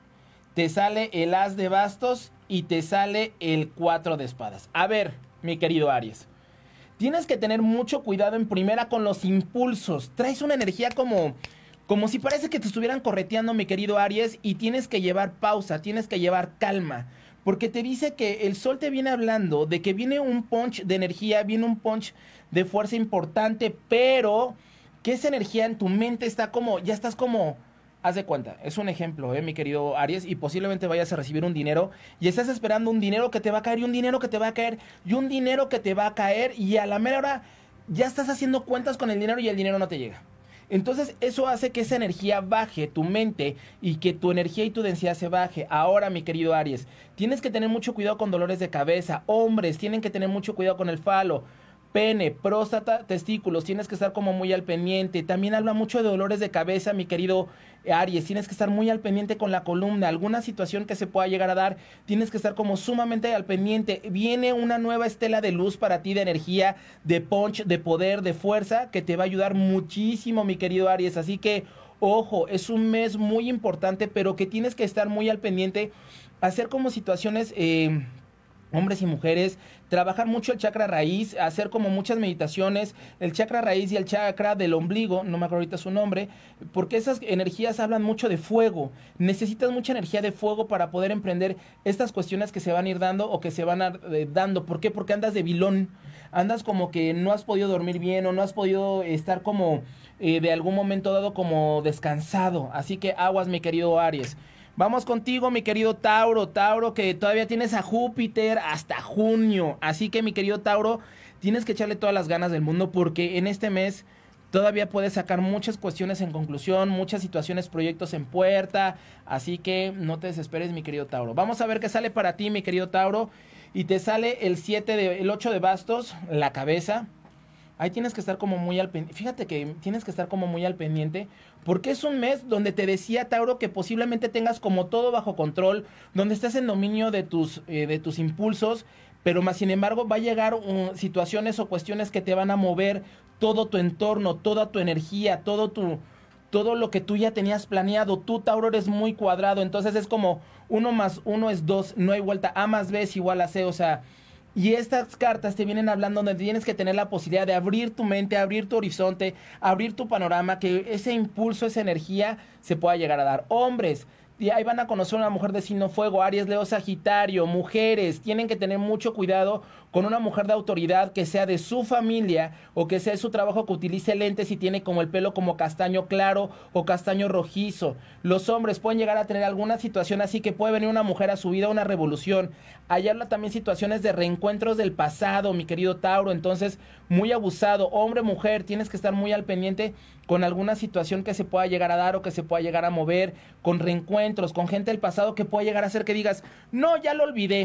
te sale el as de bastos y te sale el cuatro de espadas. A ver, mi querido Aries, tienes que tener mucho cuidado en primera con los impulsos. Traes una energía como, como si parece que te estuvieran correteando, mi querido Aries, y tienes que llevar pausa, tienes que llevar calma. Porque te dice que el sol te viene hablando de que viene un punch de energía, viene un punch de fuerza importante, pero que esa energía en tu mente está como, ya estás como, haz de cuenta, es un ejemplo, eh, mi querido Aries, y posiblemente vayas a recibir un dinero y estás esperando un dinero que te va a caer y un dinero que te va a caer y un dinero que te va a caer y a la mera hora ya estás haciendo cuentas con el dinero y el dinero no te llega. Entonces eso hace que esa energía baje tu mente y que tu energía y tu densidad se baje. Ahora, mi querido Aries, tienes que tener mucho cuidado con dolores de cabeza. Hombres tienen que tener mucho cuidado con el falo, pene, próstata, testículos, tienes que estar como muy al pendiente. También habla mucho de dolores de cabeza, mi querido Aries, tienes que estar muy al pendiente con la columna, alguna situación que se pueda llegar a dar, tienes que estar como sumamente al pendiente. Viene una nueva estela de luz para ti, de energía, de punch, de poder, de fuerza, que te va a ayudar muchísimo, mi querido Aries. Así que, ojo, es un mes muy importante, pero que tienes que estar muy al pendiente, hacer como situaciones, eh, hombres y mujeres, trabajar mucho el chakra raíz, hacer como muchas meditaciones, el chakra raíz y el chakra del ombligo, no me acuerdo ahorita su nombre, porque esas energías hablan mucho de fuego. Necesitas mucha energía de fuego para poder emprender estas cuestiones que se van a ir dando o que se van a, eh, dando. ¿Por qué? Porque andas de vilón, andas como que no has podido dormir bien o no has podido estar como eh, de algún momento dado como descansado. Así que aguas, mi querido Aries. Vamos contigo, mi querido Tauro. Tauro, que todavía tienes a Júpiter hasta junio. Así que, mi querido Tauro, tienes que echarle todas las ganas del mundo porque en este mes todavía puedes sacar muchas cuestiones en conclusión, muchas situaciones, proyectos en puerta. Así que no te desesperes, mi querido Tauro. Vamos a ver qué sale para ti, mi querido Tauro. Y te sale el siete de, el ocho de bastos, la cabeza. Ahí tienes que estar como muy al pendiente. Fíjate que tienes que estar como muy al pendiente. Porque es un mes donde te decía, Tauro, que posiblemente tengas como todo bajo control. Donde estás en dominio de tus, eh, de tus impulsos. Pero más sin embargo va a llegar um, situaciones o cuestiones que te van a mover todo tu entorno, toda tu energía, todo tu... todo lo que tú ya tenías planeado. Tú, Tauro, eres muy cuadrado. Entonces es como uno más uno es dos. No hay vuelta. A más B es igual a C. O sea... Y estas cartas te vienen hablando donde tienes que tener la posibilidad de abrir tu mente, abrir tu horizonte, abrir tu panorama, que ese impulso, esa energía se pueda llegar a dar. Hombres, y ahí van a conocer a una mujer de signo fuego, Aries, Leo, Sagitario. Mujeres, tienen que tener mucho cuidado con una mujer de autoridad que sea de su familia o que sea de su trabajo, que utilice lentes y tiene como el pelo como castaño claro o castaño rojizo. Los hombres pueden llegar a tener alguna situación así, que puede venir una mujer a su vida, una revolución. Ahí habla también situaciones de reencuentros del pasado, mi querido Tauro. Entonces, muy abusado. Hombre, mujer, tienes que estar muy al pendiente con alguna situación que se pueda llegar a dar o que se pueda llegar a mover, con reencuentros, con gente del pasado que pueda llegar a hacer que digas, no, ya lo olvidé.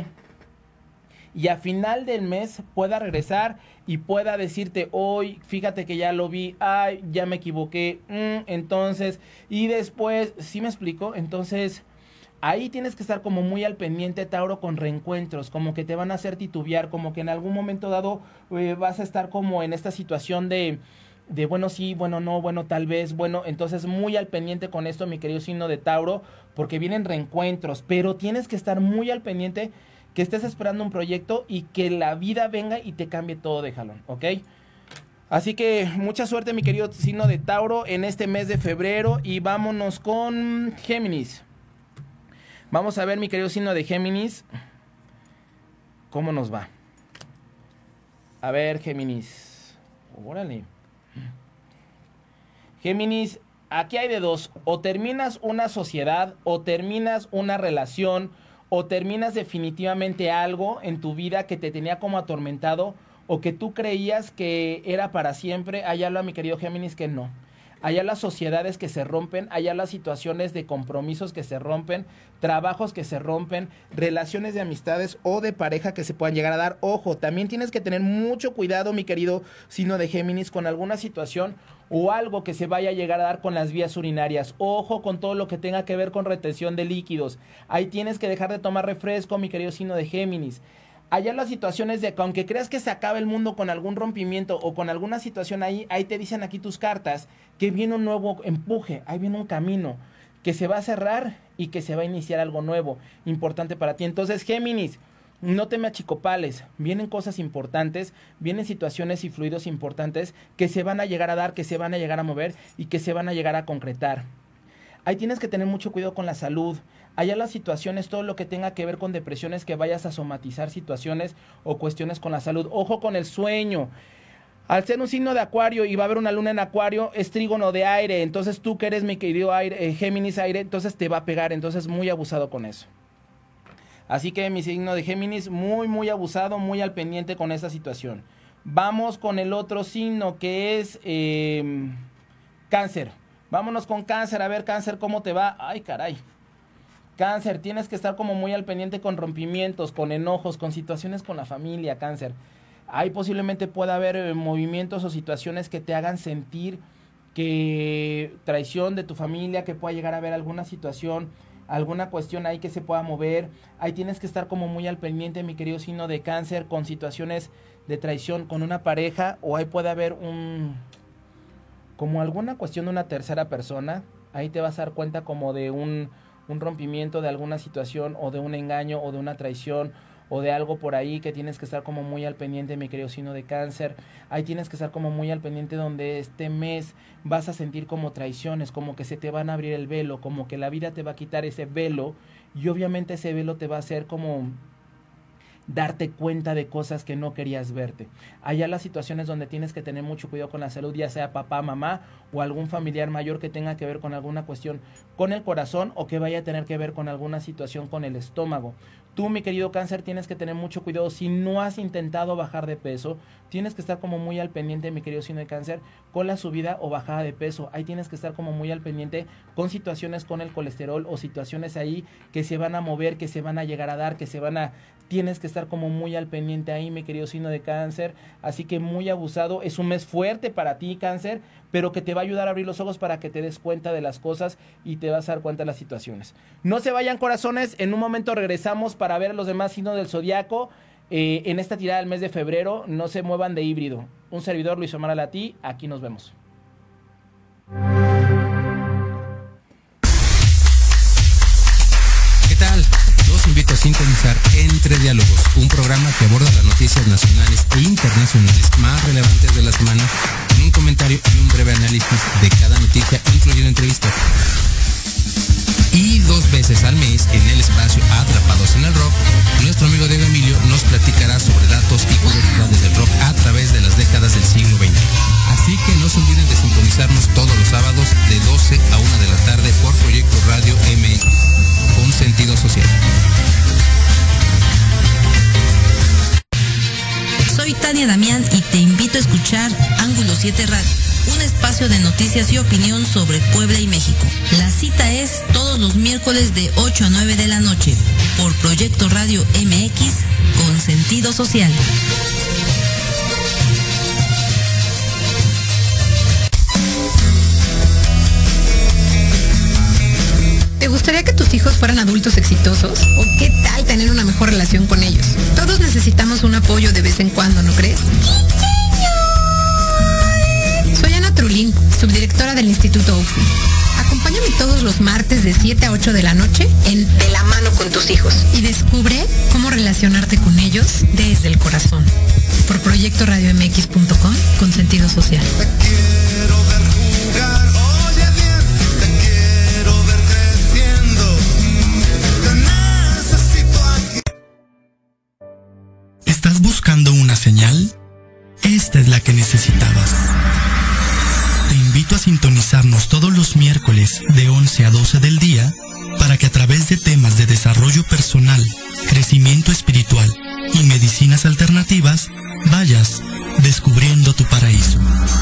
Y a final del mes pueda regresar y pueda decirte, hoy, fíjate que ya lo vi, ay, ya me equivoqué, mm, entonces, y después, ¿sí me explico? Entonces, ahí tienes que estar como muy al pendiente, Tauro, con reencuentros, como que te van a hacer titubear, como que en algún momento dado eh, vas a estar como en esta situación de... de bueno sí, bueno no, bueno tal vez, bueno, entonces muy al pendiente con esto, mi querido signo de Tauro, porque vienen reencuentros, pero tienes que estar muy al pendiente que estés esperando un proyecto y que la vida venga y te cambie todo de jalón, ¿ok? Así que mucha suerte, mi querido signo de Tauro, en este mes de febrero, y vámonos con Géminis. Vamos a ver, mi querido signo de Géminis, cómo nos va. A ver, Géminis, órale. Géminis, aquí hay de dos, o terminas una sociedad, o terminas una relación, o terminas definitivamente algo en tu vida que te tenía como atormentado, o que tú creías que era para siempre, allá lo a mi querido Géminis que no. Allá las sociedades que se rompen, allá las situaciones de compromisos que se rompen, trabajos que se rompen, relaciones de amistades o de pareja que se puedan llegar a dar. Ojo, también tienes que tener mucho cuidado, mi querido signo de Géminis, con alguna situación o algo que se vaya a llegar a dar con las vías urinarias. Ojo con todo lo que tenga que ver con retención de líquidos. Ahí tienes que dejar de tomar refresco, mi querido signo de Géminis. Allá las situaciones de que aunque creas que se acaba el mundo con algún rompimiento o con alguna situación ahí, ahí te dicen aquí tus cartas que viene un nuevo empuje, ahí viene un camino que se va a cerrar y que se va a iniciar algo nuevo, importante para ti. Entonces, Géminis, no te me achicopales, vienen cosas importantes, vienen situaciones y fluidos importantes que se van a llegar a dar, que se van a llegar a mover y que se van a llegar a concretar. Ahí tienes que tener mucho cuidado con la salud. Allá las situaciones, todo lo que tenga que ver con depresiones, que vayas a somatizar situaciones o cuestiones con la salud. Ojo con el sueño. Al ser un signo de Acuario y va a haber una luna en Acuario, es trígono de aire. Entonces tú que eres mi querido aire, eh, Géminis aire, entonces te va a pegar. Entonces muy abusado con eso. Así que mi signo de Géminis, muy, muy abusado, muy al pendiente con esa situación. Vamos con el otro signo que es eh, Cáncer. Vámonos con Cáncer, a ver Cáncer cómo te va. Ay, caray. Cáncer, tienes que estar como muy al pendiente con rompimientos, con enojos, con situaciones con la familia, Cáncer. Ahí posiblemente pueda haber eh, movimientos o situaciones que te hagan sentir que traición de tu familia, que pueda llegar a haber alguna situación, alguna cuestión ahí que se pueda mover. Ahí tienes que estar como muy al pendiente, mi querido signo de Cáncer, con situaciones de traición con una pareja, o ahí puede haber un... como alguna cuestión de una tercera persona. Ahí te vas a dar cuenta como de un, un rompimiento de alguna situación, o de un engaño, o de una traición, o de algo por ahí que tienes que estar como muy al pendiente, mi querido signo de Cáncer. Ahí tienes que estar como muy al pendiente, donde este mes vas a sentir como traiciones, como que se te van a abrir el velo, como que la vida te va a quitar ese velo, y obviamente ese velo te va a hacer como darte cuenta de cosas que no querías verte. Allá las situaciones donde tienes que tener mucho cuidado con la salud, ya sea papá, mamá o algún familiar mayor que tenga que ver con alguna cuestión con el corazón, o que vaya a tener que ver con alguna situación con el estómago. Tú, mi querido Cáncer, tienes que tener mucho cuidado. Si no has intentado bajar de peso, tienes que estar como muy al pendiente, mi querido signo de Cáncer, con la subida o bajada de peso. Ahí tienes que estar como muy al pendiente con situaciones con el colesterol, o situaciones ahí que se van a mover, que se van a llegar a dar, que se van a... Tienes que estar como muy al pendiente ahí, mi querido signo de Cáncer. Así que muy abusado. Es un mes fuerte para ti, Cáncer, pero que te va a ayudar a abrir los ojos para que te des cuenta de las cosas y te vas a dar cuenta de las situaciones. No se vayan, corazones. En un momento regresamos para ver los demás signos del zodiaco eh, en esta tirada del mes de febrero. No se muevan de híbrido. Un servidor, Luis Omar Alatí. Aquí nos vemos. ¿Qué tal? Los invito a sintonizar Entre Diálogos, un programa que aborda las noticias nacionales e internacionales más relevantes de la semana, con un comentario y un breve análisis de cada noticia, incluyendo entrevistas. Y dos veces al mes, en el espacio Atrapados en el Rock, nuestro amigo Diego Emilio nos platicará sobre datos y curiosidades del rock a través de las décadas del siglo veinte. Así que no se olviden de sintonizarnos todos los sábados de doce a una de la tarde por Proyecto Radio M X, con sentido social. Soy Tania Damián y te invito a escuchar Ángulo siete Radio, un espacio de noticias y opinión sobre Puebla y México. La cita es todos los miércoles de ocho a nueve de la noche por Proyecto Radio M X, con sentido social. ¿Te gustaría que tus hijos fueran adultos exitosos? ¿O qué tal tener una mejor relación con ellos? Todos necesitamos un apoyo de vez en cuando, ¿no crees? Soy Ana Trulín, subdirectora del Instituto Oxford. Acompáñame todos los martes de siete a ocho de la noche en De la mano con tus hijos y descubre cómo relacionarte con ellos desde el corazón. Por proyecto radio m x punto com, con sentido social. Te quiero ver jugar, oye bien, te quiero ver creciendo, te necesito aquí. ¿Estás buscando una señal? Esta es la que necesitabas. Te invito a sintonizarnos todos los miércoles de once a doce del día para que a través de temas de desarrollo personal, crecimiento espiritual y medicinas alternativas vayas descubriendo tu paraíso.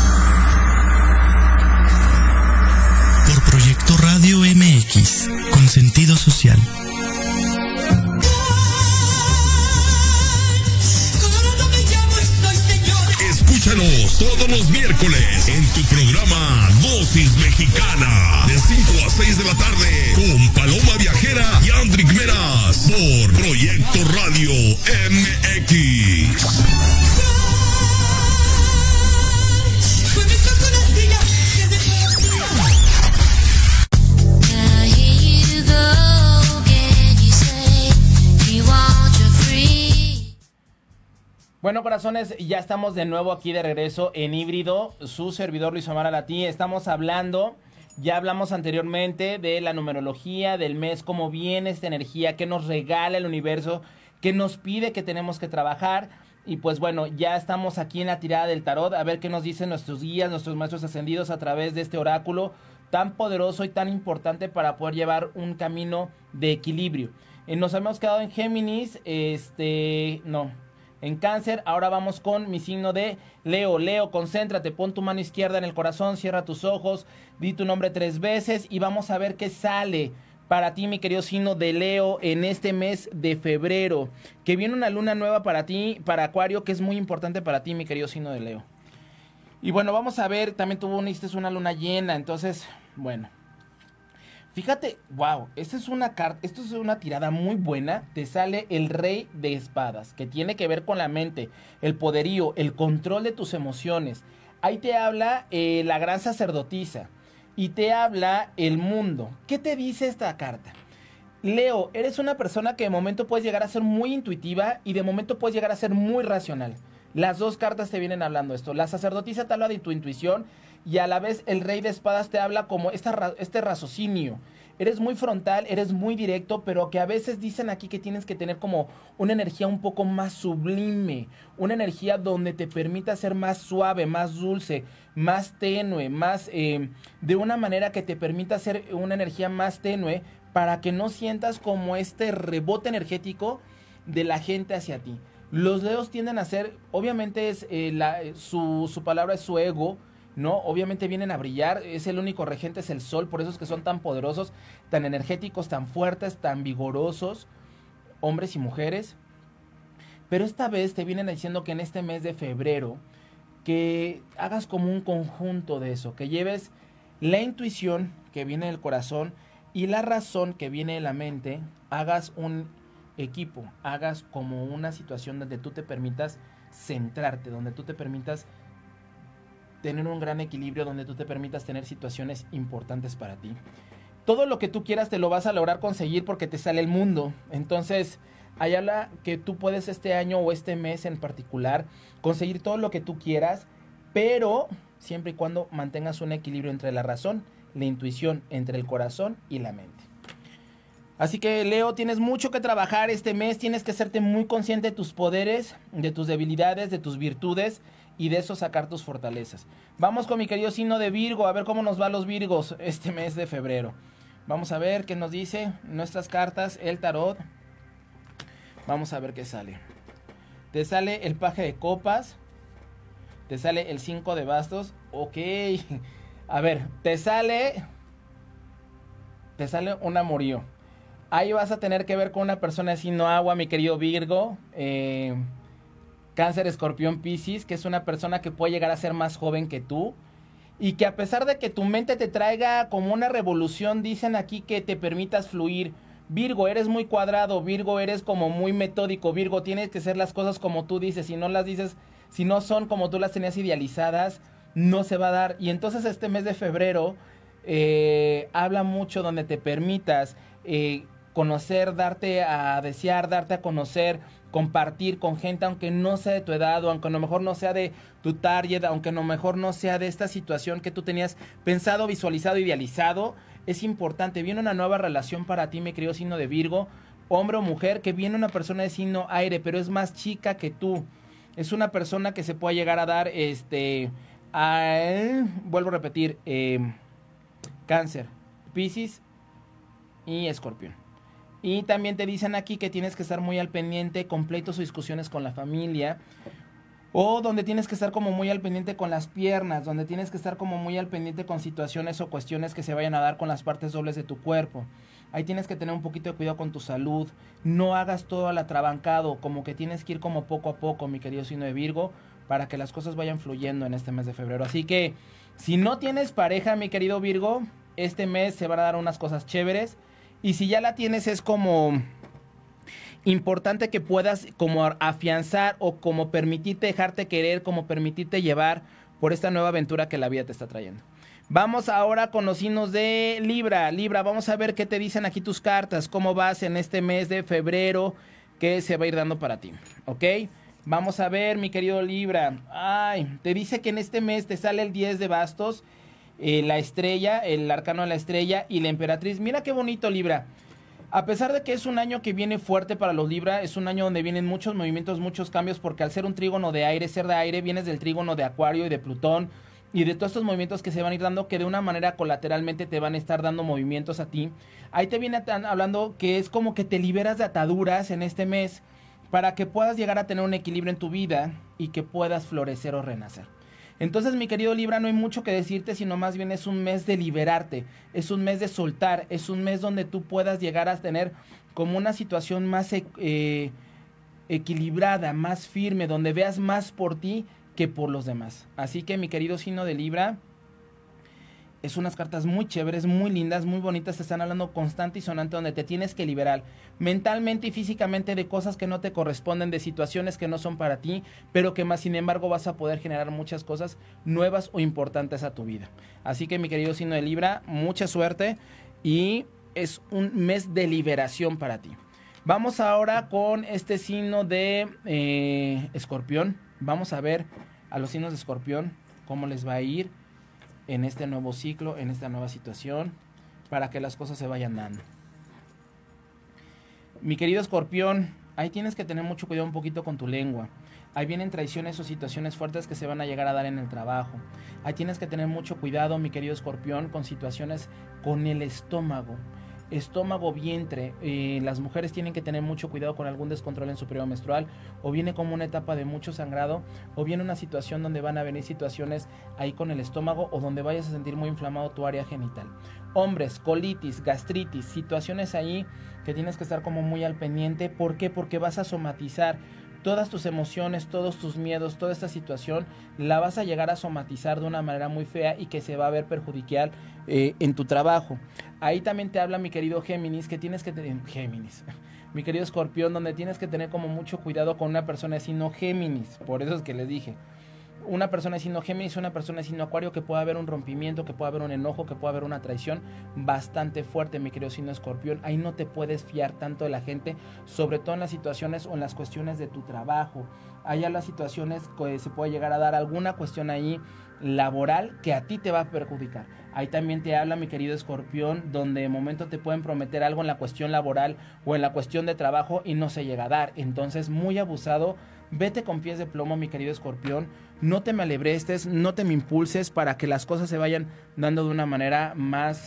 Por Proyecto Radio M X, con sentido social. Escúchanos todos los miércoles en tu programa Dosis Mexicana de cinco a seis de la tarde con Paloma Viajera y Andrick Meras por Proyecto Radio M X. Bueno, corazones, ya estamos de nuevo aquí de regreso en Híbrido, su servidor Luis Omar Alatí. Estamos hablando, ya hablamos anteriormente de la numerología del mes, cómo viene esta energía, qué nos regala el universo, qué nos pide que tenemos que trabajar. Y pues bueno, ya estamos aquí en la tirada del tarot, a ver qué nos dicen nuestros guías, nuestros maestros ascendidos a través de este oráculo tan poderoso y tan importante para poder llevar un camino de equilibrio. Eh, nos hemos quedado en Géminis, este, no... en Cáncer. Ahora vamos con mi signo de Leo. Leo, concéntrate, pon tu mano izquierda en el corazón, cierra tus ojos, di tu nombre tres veces y vamos a ver qué sale para ti, mi querido signo de Leo, en este mes de febrero. Que viene una luna nueva para ti, para Acuario, que es muy importante para ti, mi querido signo de Leo. Y bueno, vamos a ver, también tuvo una luna llena, entonces, bueno. Fíjate, wow, esta es una carta, esto es una tirada muy buena. Te sale el Rey de Espadas, que tiene que ver con la mente, el poderío, el control de tus emociones. Ahí te habla eh, la gran sacerdotisa y te habla el mundo. ¿Qué te dice esta carta? Leo, eres una persona que de momento puedes llegar a ser muy intuitiva y de momento puedes llegar a ser muy racional. Las dos cartas te vienen hablando esto. La sacerdotisa te habla de tu intuición y a la vez el Rey de Espadas te habla como esta, este raciocinio. Eres muy frontal, eres muy directo, pero que a veces dicen aquí que tienes que tener como una energía un poco más sublime, una energía donde te permita ser más suave, más dulce, más tenue, más eh, de una manera que te permita ser una energía más tenue para que no sientas como este rebote energético de la gente hacia ti. Los leos tienden a ser, obviamente es eh, la, su, su palabra es su ego, ¿no? Obviamente vienen a brillar, es el único regente, es el sol, por eso es que son tan poderosos, tan energéticos, tan fuertes, tan vigorosos, hombres y mujeres. Pero esta vez te vienen diciendo que en este mes de febrero, que hagas como un conjunto de eso, que lleves la intuición que viene del corazón y la razón que viene de la mente, hagas un equipo, hagas como una situación donde tú te permitas centrarte, donde tú te permitas tener un gran equilibrio, donde tú te permitas tener situaciones importantes para ti. Todo lo que tú quieras te lo vas a lograr conseguir porque te sale el mundo. Entonces, hay habla que tú puedes este año o este mes en particular conseguir todo lo que tú quieras, pero siempre y cuando mantengas un equilibrio entre la razón, la intuición, entre el corazón y la mente. Así que, Leo, tienes mucho que trabajar este mes, tienes que serte muy consciente de tus poderes, de tus debilidades, de tus virtudes y de eso sacar tus fortalezas. Vamos con mi querido signo de Virgo, a ver cómo nos va a los Virgos este mes de febrero. Vamos a ver qué nos dice nuestras cartas, el tarot. Vamos a ver qué sale. Te sale el paje de copas, te sale el cinco de bastos, ok. A ver, te sale, te sale un amorío. Ahí vas a tener que ver con una persona de signo agua, mi querido Virgo, eh, Cáncer, Escorpión, Piscis, que es una persona que puede llegar a ser más joven que tú y que a pesar de que tu mente te traiga como una revolución, dicen aquí que te permitas fluir. Virgo, eres muy cuadrado, Virgo, eres como muy metódico, Virgo, tienes que hacer las cosas como tú dices, si no las dices, si no son como tú las tenías idealizadas, no se va a dar. Y entonces este mes de febrero eh, habla mucho donde te permitas eh, conocer, darte a desear, darte a conocer, compartir con gente, aunque no sea de tu edad, o aunque a lo mejor no sea de tu target, aunque a lo mejor no sea de esta situación que tú tenías pensado, visualizado, idealizado, es importante. Viene una nueva relación para ti, mi querido signo de Virgo, hombre o mujer, que viene una persona de signo aire, pero es más chica que tú. Es una persona que se puede llegar a dar, este, a, vuelvo a repetir, eh, Cáncer, Piscis y Escorpión. Y también te dicen aquí que tienes que estar muy al pendiente con pleitos o discusiones con la familia. O donde tienes que estar como muy al pendiente con las piernas, donde tienes que estar como muy al pendiente con situaciones o cuestiones que se vayan a dar con las partes dobles de tu cuerpo. Ahí tienes que tener un poquito de cuidado con tu salud. No hagas todo al atrabancado, como que tienes que ir como poco a poco, mi querido signo de Virgo, para que las cosas vayan fluyendo en este mes de febrero. Así que, si no tienes pareja, mi querido Virgo, este mes se van a dar unas cosas chéveres. Y si ya la tienes, es como importante que puedas como afianzar o como permitirte dejarte querer, como permitirte llevar por esta nueva aventura que la vida te está trayendo. Vamos ahora con los signos de Libra. Libra, vamos a ver qué te dicen aquí tus cartas, cómo vas en este mes de febrero, qué se va a ir dando para ti, ¿ok? Vamos a ver, mi querido Libra. Ay, te dice que en este mes te sale el diez de bastos, eh, la estrella, el arcano de la estrella y la emperatriz. Mira qué bonito, Libra. A pesar de que es un año que viene fuerte para los Libra, es un año donde vienen muchos movimientos, muchos cambios, porque al ser un trígono de aire, ser de aire, vienes del trígono de Acuario y de Plutón, y de todos estos movimientos que se van a ir dando, que de una manera colateralmente te van a estar dando movimientos a ti. Ahí te viene hablando que es como que te liberas de ataduras en este mes, para que puedas llegar a tener un equilibrio en tu vida, y que puedas florecer o renacer. Entonces, mi querido Libra, no hay mucho que decirte, sino más bien es un mes de liberarte, es un mes de soltar, es un mes donde tú puedas llegar a tener como una situación más eh, equilibrada, más firme, donde veas más por ti que por los demás. Así que, mi querido signo de Libra, es unas cartas muy chéveres, muy lindas, muy bonitas, te están hablando constante y sonante, donde te tienes que liberar mentalmente y físicamente de cosas que no te corresponden, de situaciones que no son para ti, pero que más sin embargo vas a poder generar muchas cosas nuevas o importantes a tu vida. Así que, mi querido signo de Libra, mucha suerte y es un mes de liberación para ti. Vamos ahora con este signo de eh, Escorpión. Vamos a ver a los signos de Escorpión cómo les va a ir en este nuevo ciclo, en esta nueva situación, para que las cosas se vayan dando. Mi querido Escorpión, ahí tienes que tener mucho cuidado un poquito con tu lengua. Ahí vienen traiciones o situaciones fuertes que se van a llegar a dar en el trabajo. Ahí tienes que tener mucho cuidado, mi querido Escorpión, con situaciones con el estómago. Estómago, vientre, eh, las mujeres tienen que tener mucho cuidado con algún descontrol en su periodo menstrual, o viene como una etapa de mucho sangrado, o viene una situación donde van a venir situaciones ahí con el estómago, o donde vayas a sentir muy inflamado tu área genital. Hombres, colitis, gastritis, situaciones ahí que tienes que estar como muy al pendiente. ¿Por qué? Porque vas a somatizar todas tus emociones, todos tus miedos, toda esta situación la vas a llegar a somatizar de una manera muy fea y que se va a ver perjudicial eh, en tu trabajo. Ahí también te habla, mi querido Géminis, que tienes que tener... Géminis. Mi querido Escorpión, donde tienes que tener como mucho cuidado con una persona de signo Géminis. Por eso es que les dije. Una persona de signo Géminis, una persona de signo Acuario, que pueda haber un rompimiento, que pueda haber un enojo, que pueda haber una traición bastante fuerte, mi querido signo Escorpión. Ahí no te puedes fiar tanto de la gente, sobre todo en las situaciones o en las cuestiones de tu trabajo. Allá las situaciones que se puede llegar a dar alguna cuestión ahí laboral que a ti te va a perjudicar. Ahí también te habla, mi querido Escorpión, donde de momento te pueden prometer algo en la cuestión laboral o en la cuestión de trabajo y no se llega a dar. Entonces, muy abusado. Vete con pies de plomo, mi querido Escorpión. No te me alebrestes, no te me impulses, para que las cosas se vayan dando de una manera más,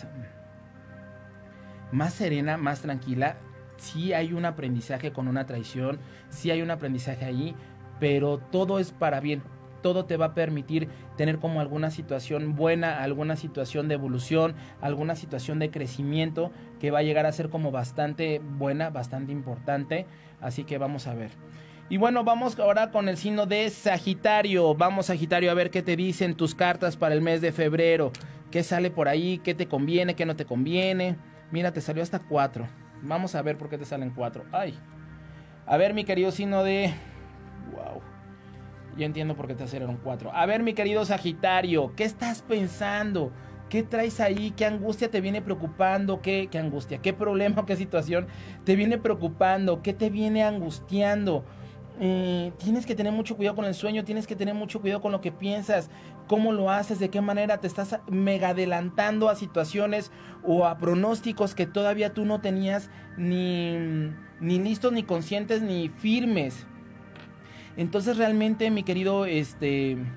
más serena, más tranquila. Sí hay un aprendizaje con una traición, sí hay un aprendizaje ahí, pero todo es para bien. Todo te va a permitir tener como alguna situación buena, alguna situación de evolución, alguna situación de crecimiento que va a llegar a ser como bastante buena, bastante importante. Así que vamos a ver. Y bueno, vamos ahora con el signo de Sagitario. Vamos, Sagitario, a ver qué te dicen tus cartas para el mes de febrero. ¿Qué sale por ahí? ¿Qué te conviene? ¿Qué no te conviene? Mira, te salió hasta cuatro. Vamos a ver por qué te salen cuatro. Ay. A ver, mi querido signo de... Wow. Ya entiendo por qué te salieron cuatro. A ver, mi querido Sagitario, ¿qué estás pensando? ¿Qué traes ahí? ¿Qué angustia te viene preocupando? ¿Qué, qué angustia? ¿Qué problema o qué situación te viene preocupando? ¿Qué te viene angustiando? Eh, tienes que tener mucho cuidado con el sueño, tienes que tener mucho cuidado con lo que piensas, cómo lo haces, de qué manera te estás mega adelantando a situaciones o a pronósticos que todavía tú no tenías ni, ni listos, ni conscientes, ni firmes. Entonces realmente, mi querido este,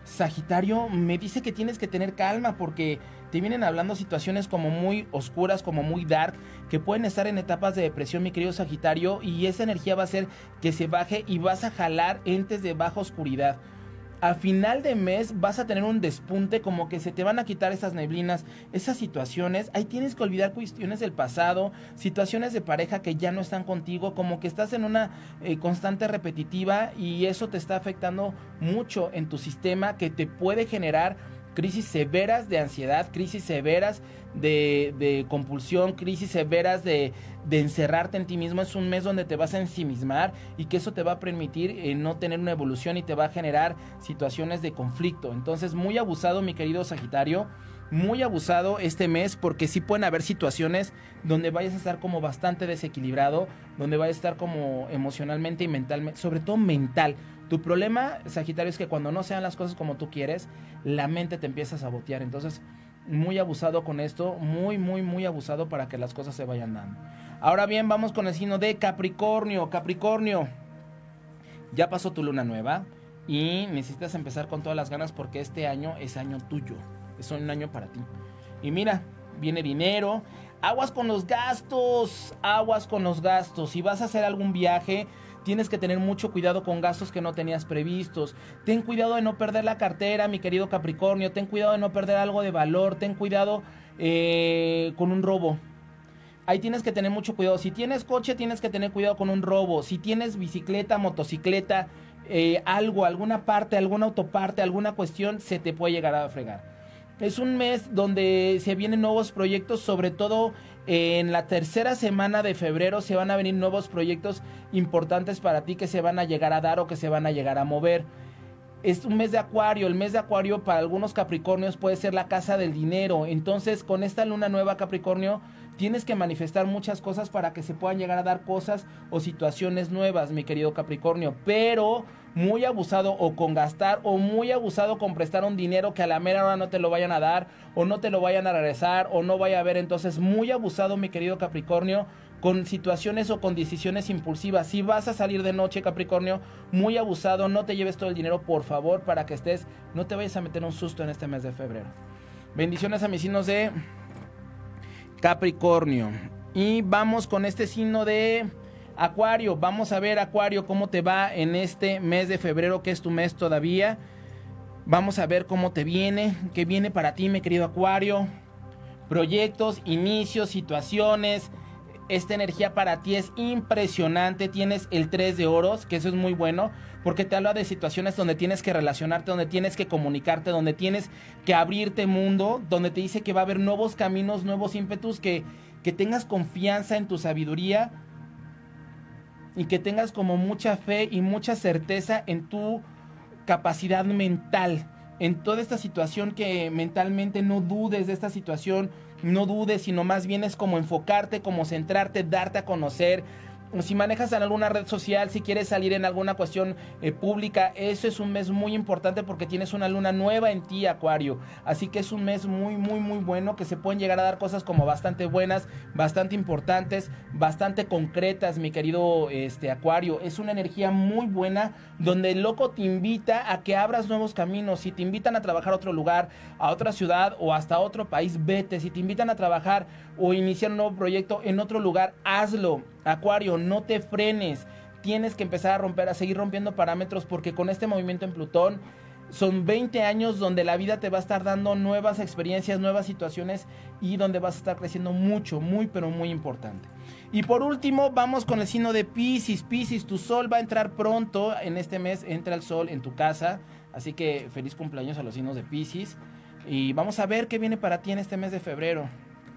Sagitario, me dice que tienes que tener calma porque te vienen hablando situaciones como muy oscuras, como muy dark, que pueden estar en etapas de depresión, mi querido Sagitario, y esa energía va a hacer que se baje y vas a jalar entes de baja oscuridad. A final de mes vas a tener un despunte, como que se te van a quitar esas neblinas, esas situaciones. Ahí tienes que olvidar cuestiones del pasado, situaciones de pareja que ya no están contigo, como que estás en una eh, constante repetitiva y eso te está afectando mucho en tu sistema, que te puede generar crisis severas de ansiedad, crisis severas de, de compulsión, crisis severas de, de encerrarte en ti mismo. Es un mes donde te vas a ensimismar y que eso te va a permitir eh, no tener una evolución y te va a generar situaciones de conflicto. Entonces, muy abusado, mi querido Sagitario, muy abusado este mes, porque sí pueden haber situaciones donde vayas a estar como bastante desequilibrado, donde vayas a estar como emocionalmente y mentalmente, sobre todo mental. Tu problema, Sagitario, es que cuando no sean las cosas como tú quieres, la mente te empieza a sabotear. Entonces, muy abusado con esto, muy, muy, muy abusado para que las cosas se vayan dando. Ahora bien, vamos con el signo de Capricornio. Capricornio, ya pasó tu luna nueva y necesitas empezar con todas las ganas porque este año es año tuyo, es un año para ti. Y mira, viene dinero, aguas con los gastos, aguas con los gastos. Si vas a hacer algún viaje, tienes que tener mucho cuidado con gastos que no tenías previstos. Ten cuidado de no perder la cartera, mi querido Capricornio. Ten cuidado de no perder algo de valor. Ten cuidado eh, con un robo. Ahí tienes que tener mucho cuidado. Si tienes coche, tienes que tener cuidado con un robo. Si tienes bicicleta, motocicleta, eh, algo, alguna parte, alguna autoparte, alguna cuestión, se te puede llegar a fregar. Es un mes donde se vienen nuevos proyectos, sobre todo en la tercera semana de febrero se van a venir nuevos proyectos importantes para ti que se van a llegar a dar o que se van a llegar a mover. Es un mes de Acuario, el mes de Acuario para algunos Capricornios puede ser la casa del dinero. Entonces, con esta luna nueva, Capricornio, tienes que manifestar muchas cosas para que se puedan llegar a dar cosas o situaciones nuevas, mi querido Capricornio. Pero muy abusado o con gastar o muy abusado con prestar un dinero que a la mera hora no te lo vayan a dar o no te lo vayan a regresar o no vaya a haber. Entonces, muy abusado, mi querido Capricornio, con situaciones o con decisiones impulsivas. Si vas a salir de noche, Capricornio, muy abusado, no te lleves todo el dinero, por favor, para que estés, no te vayas a meter un susto en este mes de febrero. Bendiciones a mis signos de Capricornio. Y vamos con este signo de Acuario. Vamos a ver, Acuario, cómo te va en este mes de febrero, que es tu mes todavía. Vamos a ver cómo te viene, qué viene para ti, mi querido Acuario. Proyectos, inicios, situaciones. Esta energía para ti es impresionante. Tienes el tres de oros, que eso es muy bueno, porque te habla de situaciones donde tienes que relacionarte, donde tienes que comunicarte, donde tienes que abrirte mundo, donde te dice que va a haber nuevos caminos, nuevos ímpetus, que, que tengas confianza en tu sabiduría y que tengas como mucha fe y mucha certeza en tu capacidad mental. En toda esta situación, que mentalmente no dudes de esta situación, no dudes, sino más bien es como enfocarte, como centrarte, darte a conocer. Si manejas en alguna red social, si quieres salir en alguna cuestión eh, pública, eso es un mes muy importante porque tienes una luna nueva en ti, Acuario. Así que es un mes muy, muy, muy bueno, que se pueden llegar a dar cosas como bastante buenas, bastante importantes, bastante concretas, mi querido este, Acuario. Es una energía muy buena donde el loco te invita a que abras nuevos caminos. Si te invitan a trabajar a otro lugar, a otra ciudad o hasta otro país, vete. Si te invitan a trabajar o iniciar un nuevo proyecto en otro lugar, hazlo. Acuario, no te frenes, tienes que empezar a romper, a seguir rompiendo parámetros, porque con este movimiento en Plutón son veinte años donde la vida te va a estar dando nuevas experiencias, nuevas situaciones y donde vas a estar creciendo mucho, muy pero muy importante. Y por último vamos con el signo de Piscis. Piscis, tu sol va a entrar pronto, en este mes entra el sol en tu casa, así que feliz cumpleaños a los signos de Piscis. Y vamos a ver qué viene para ti en este mes de febrero.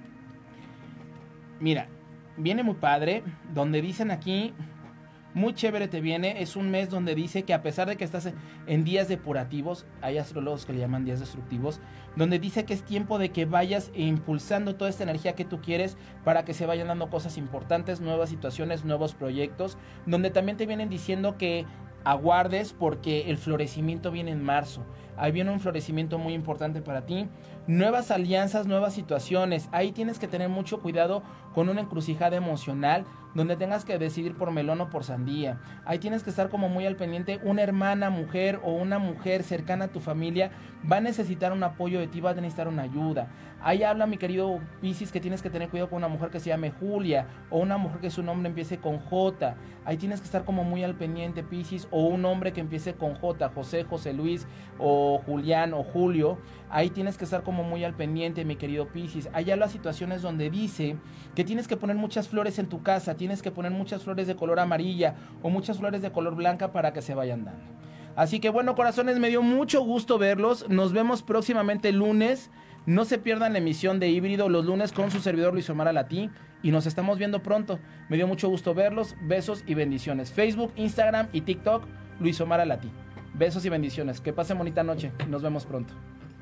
Mira, viene muy padre, donde dicen aquí, muy chévere te viene. Es un mes donde dice que a pesar de que estás en días depurativos, hay astrólogos que le llaman días destructivos, donde dice que es tiempo de que vayas impulsando toda esta energía que tú quieres para que se vayan dando cosas importantes, nuevas situaciones, nuevos proyectos, donde también te vienen diciendo que aguardes porque el florecimiento viene en marzo. Ahí viene un florecimiento muy importante para ti, nuevas alianzas, nuevas situaciones. Ahí tienes que tener mucho cuidado con una encrucijada emocional donde tengas que decidir por melón o por sandía. Ahí tienes que estar como muy al pendiente. Una hermana, mujer o una mujer cercana a tu familia va a necesitar un apoyo de ti, va a necesitar una ayuda. Ahí habla, mi querido Piscis, que tienes que tener cuidado con una mujer que se llame Julia o una mujer que su nombre empiece con J. Ahí tienes que estar como muy al pendiente, Piscis, o un hombre que empiece con J, José, José Luis o Julián o Julio. Ahí tienes que estar como muy al pendiente, mi querido Piscis. Hay las situaciones donde dice que tienes que poner muchas flores en tu casa, tienes que poner muchas flores de color amarilla o muchas flores de color blanca para que se vayan dando. Así que bueno, corazones, me dio mucho gusto verlos. Nos vemos próximamente el lunes. No se pierdan la emisión de Híbrido los lunes con su servidor Luis Omar Alatí. Y nos estamos viendo pronto. Me dio mucho gusto verlos. Besos y bendiciones. Facebook, Instagram y TikTok, Luis Omar Alatí. Besos y bendiciones. Que pasen bonita noche. Nos vemos pronto.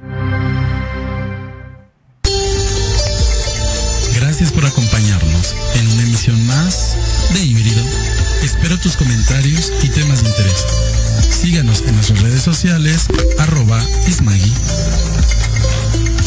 Gracias por acompañarnos en una emisión más de Híbrido. Espero tus comentarios y temas de interés. Síganos en nuestras redes sociales, arroba Ismagui.